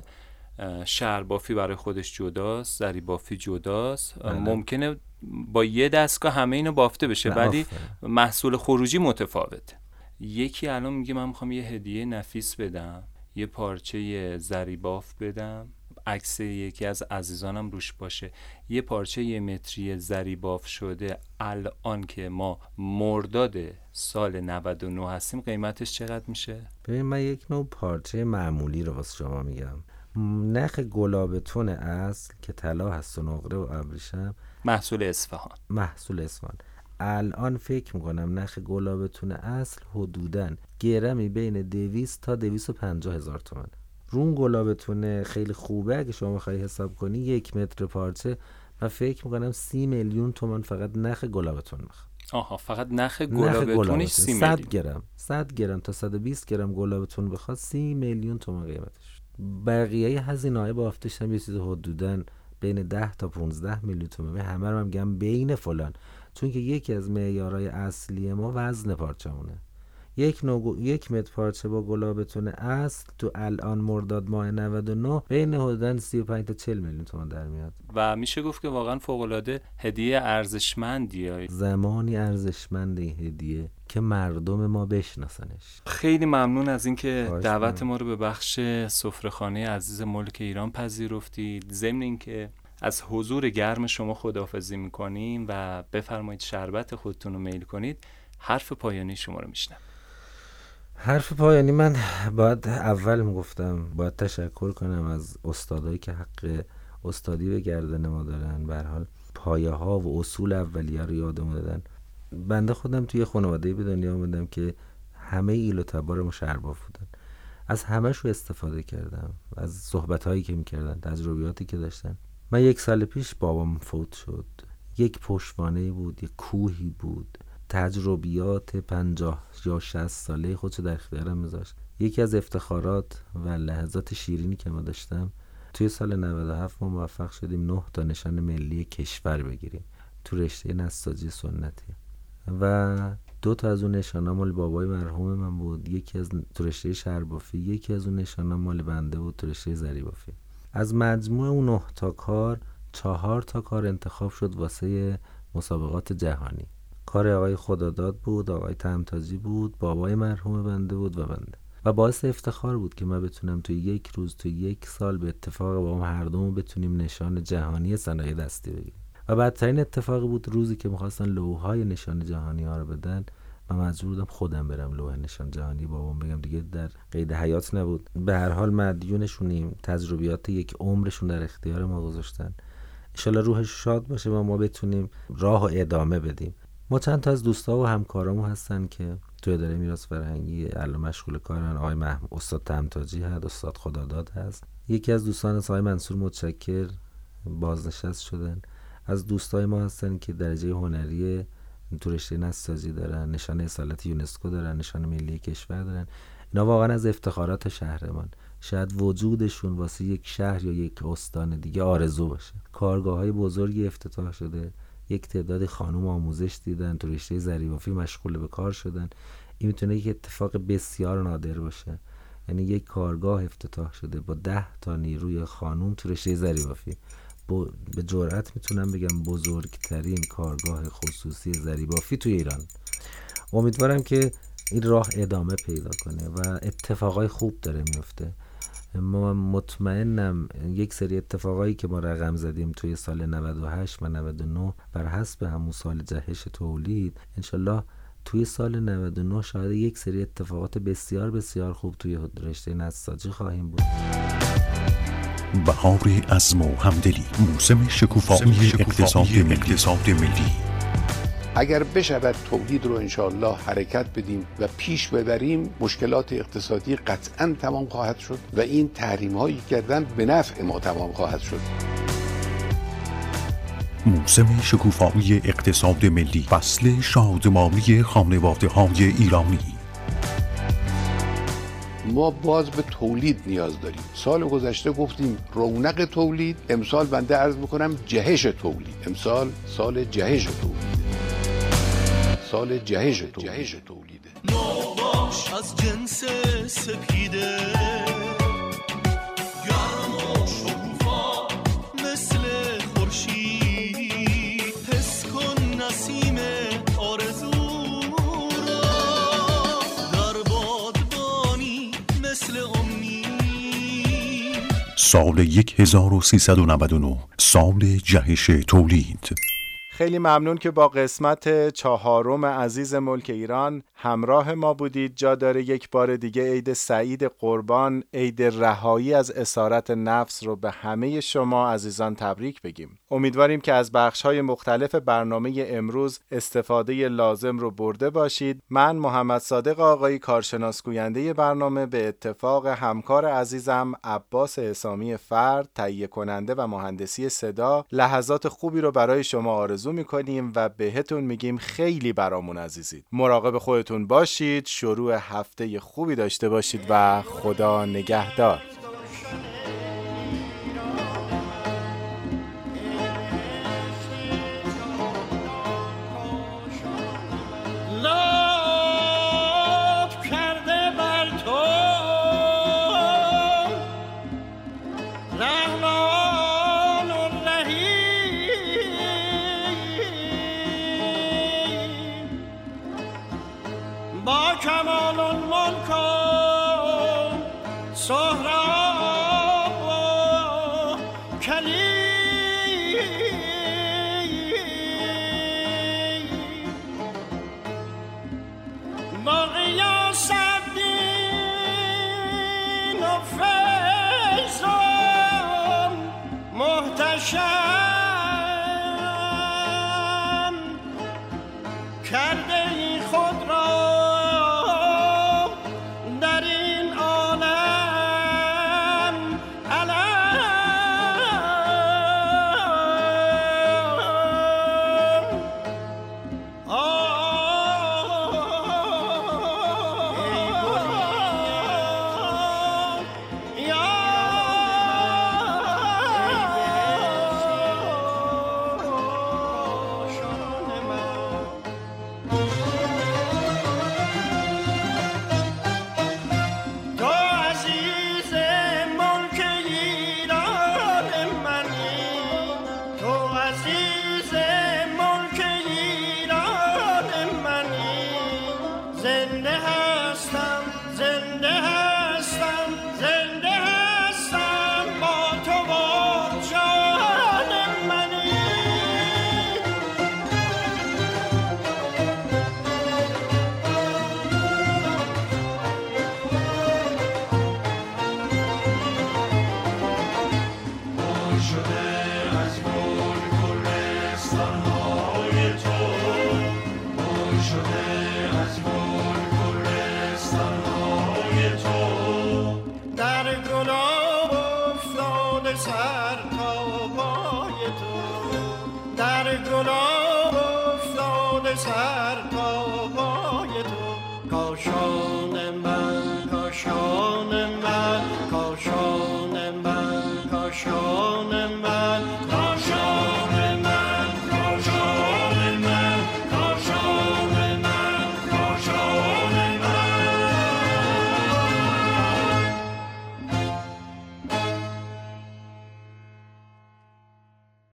Speaker 14: شهربافی برای خودش جداست، زریبافی جداست، بله. ممکنه با یه دستگاه همه اینو بافته بشه ولی محصول خروجی متفاوته. یکی الان میگه من میخوام یه هدیه نفیس بدم، یه پارچه زریباف بدم، عکس یکی از عزیزانم روش باشه، یه پارچه یه متری زریباف شده الان که ما مرداد سال نود و نه هستیم قیمتش چقدر میشه؟
Speaker 15: ببین من یک نوع پارچه معمولی رو واسه شما میگم. نخ گلابتون اصل که طلا هست و نقره و ابریشم،
Speaker 14: محصول اصفهان
Speaker 15: محصول اصفهان الان فکر میکنم نخ گلابتون اصل حدوداً گرمی بین دویست تا دویست و پنجاه هزار تومان. رون گلابتون خیلی خوبه اگه شما بخوای حساب کنی یک متر پارچه و فکر میکنم سی میلیون تومان فقط نخ گلابتون میخواد.
Speaker 14: آها فقط نخ گلابتونش سی میلیون.
Speaker 15: صد گرم صد گرم تا صد و بیست گرم گلابتون بخواد سی میلیون تومان قیمتش. بقیه هزینه‌های بافتش هم یه چیز حدوداً بین ده تا پانزده میلیون تومان. همه رو هم میگم بین فلان، چون که یکی از معیارهای اصلی ما وزن پارچه‌مونه. یک نوع یک متر پارچه با گلابتون اصل تو الان مرداد ماه نود و نه بین حدوداً سی و پنج تا چهل میلیون تومان در میاد
Speaker 14: و میشه گفت که واقعا فوق‌العاده هدیه ارزشمندیه.
Speaker 15: زمانی ارزشمند این هدیه که مردم ما بشناسنش.
Speaker 14: خیلی ممنون از اینکه دعوت ما رو به بخش سفره‌خانه عزیز ملک ایران پذیرفتید. ضمن اینکه از حضور گرم شما خداحافظی میکنیم و بفرمایید شربت خودتون رو میل کنید. حرف پایانی شما رو میشنم.
Speaker 15: حرف پایانی من باید اول میگفتم باید تشکر کنم از استادایی که حق استادی به گردن ما دارن. به هر حال پایه ها و اصول اولیه رو یادمون دادن. بنده خودم توی خانواده‌ای به دنیا اومدم که همه ایل و تبار ما شهرباف بودن. از همه‌ش رو استفاده کردم، از صحبت‌هایی که می‌کردن، تجربیاتی که داشتن. من یک سال پیش بابام فوت شد. یک پشتوانه بود، یک کوهی بود، تجربیات پنجاه یا شصت ساله خودشو در اختیارم میذاشت. یکی از افتخارات و لحظات شیرینی که ما داشتم توی سال نود و هفت ما موفق شدیم نه تا نشان ملی کشور بگیریم تو رشته نساجی سنتی و دو تا از اون نشانا مال بابای مرحوم من بود، یکی از تو رشته شربافی، یکی از اون نشانا مال بنده بود تو رشته زریبافی. از مجموع اون نه تا کار چهار تا کار انتخاب شد واسه مسابقات جهانی. کار آقای خداداد بود، آقای تمتاجی بود، بابای مرحوم بنده بود و بنده. و باعث افتخار بود که من بتونم توی یک روز توی یک سال به اتفاق با هم هر دومون بتونیم نشان جهانی صنایع دستی بگیریم. و بدترین اتفاقی بود روزی که می‌خواستن لوح‌های نشان جهانی ها رو بدن، من مجبور بودم خودم برم لوح نشان جهانی بابام بگم، دیگه در قید حیات نبود. به هر حال مدیونشونیم، تجربیات یک عمرشون در اختیار ما گذاشتن. ان شاءالله روحش شاد باشه و ما بتونیم راه و ادامه بدیم. ما چند تا از دوستا و همکارامون هستن که تو اداره میراث فرهنگی الان مشغول کارن. آقای محمود استاد تمتاجی هست، استاد خداداد هست. یکی از دوستان آقای منصور متشکر بازنشست شدن. از دوستای ما هستن که درجه هنری تو رشته نساجی دارن، نشان اصالت یونسکو دارن، نشان ملی کشور دارن. اینا واقعا از افتخارات شهرمان. شاید وجودشون واسه یک شهر یا یک استان دیگه آرزو باشه. کارگاه‌های بزرگی افتتاح شده، یک تعداد خانم آموزش دیدن، تو رشته زریبافی مشغول به کار شدن. این میتونه یک اتفاق بسیار نادر باشه. یعنی یک کارگاه افتتاح شده با ده تا نیروی خانم تو رشته زریبافی. به جرئت میتونم بگم بزرگترین کارگاه خصوصی زریبافی توی ایران. امیدوارم که این راه ادامه پیدا کنه و اتفاقای خوب داره میفته. ما مطمئنم یک سری اتفاقایی که ما رقم زدیم توی سال نود و هشت و نود و نه بر حسب همون سال جهش تولید، انشالله توی سال نود و نه شاید یک سری اتفاقات بسیار بسیار خوب توی رشته نساجی خواهیم بود.
Speaker 7: بهار عزم و همدلی، موسم شکوفایی اقتصاد ملی.
Speaker 16: اگر بشود تولید رو انشاءالله حرکت بدیم و پیش ببریم، مشکلات اقتصادی قطعاً تمام خواهد شد و این تحریم هایی کردن به نفع ما تمام خواهد شد.
Speaker 7: موسم شکوفایی اقتصاد ملی، فصل شادمانی خانواده های ایرانی.
Speaker 16: ما باز به تولید نیاز داریم. سال گذشته گفتیم رونق تولید، امسال بنده عرض میکنم جهش تولید. امسال سال جهش تولید. سال جهش تولیده.
Speaker 17: نوباش از جنس سپیده، گرم و شکوفا مثل خورشید، حس کن نسیم آرزو را در بادبانی مثل امید.
Speaker 7: سال هزار و سیصد و نود و نه، سال جهش تولید.
Speaker 5: خیلی ممنون که با قسمت چهارم عزیز ملک ایران همراه ما بودید. جا داره یک بار دیگه عید سعید قربان، عید رهایی از اسارت نفس رو به همه شما عزیزان تبریک بگیم. امیدواریم که از بخش‌های مختلف برنامه امروز استفاده لازم رو برده باشید. من محمد صادق آقایی، کارشناس گوینده برنامه، به اتفاق همکار عزیزم عباس حسامی فرد، تهیه کننده و مهندسی صدا، لحظات خوبی رو برای شما آرزو میکنیم و بهتون میگیم خیلی برامون عزیزید. مراقب خودتون باشید، شروع هفته خوبی داشته باشید و خدا نگهدار.
Speaker 17: با کمال الملک و سهراب
Speaker 13: سر تا پای تو کاشان من کاشان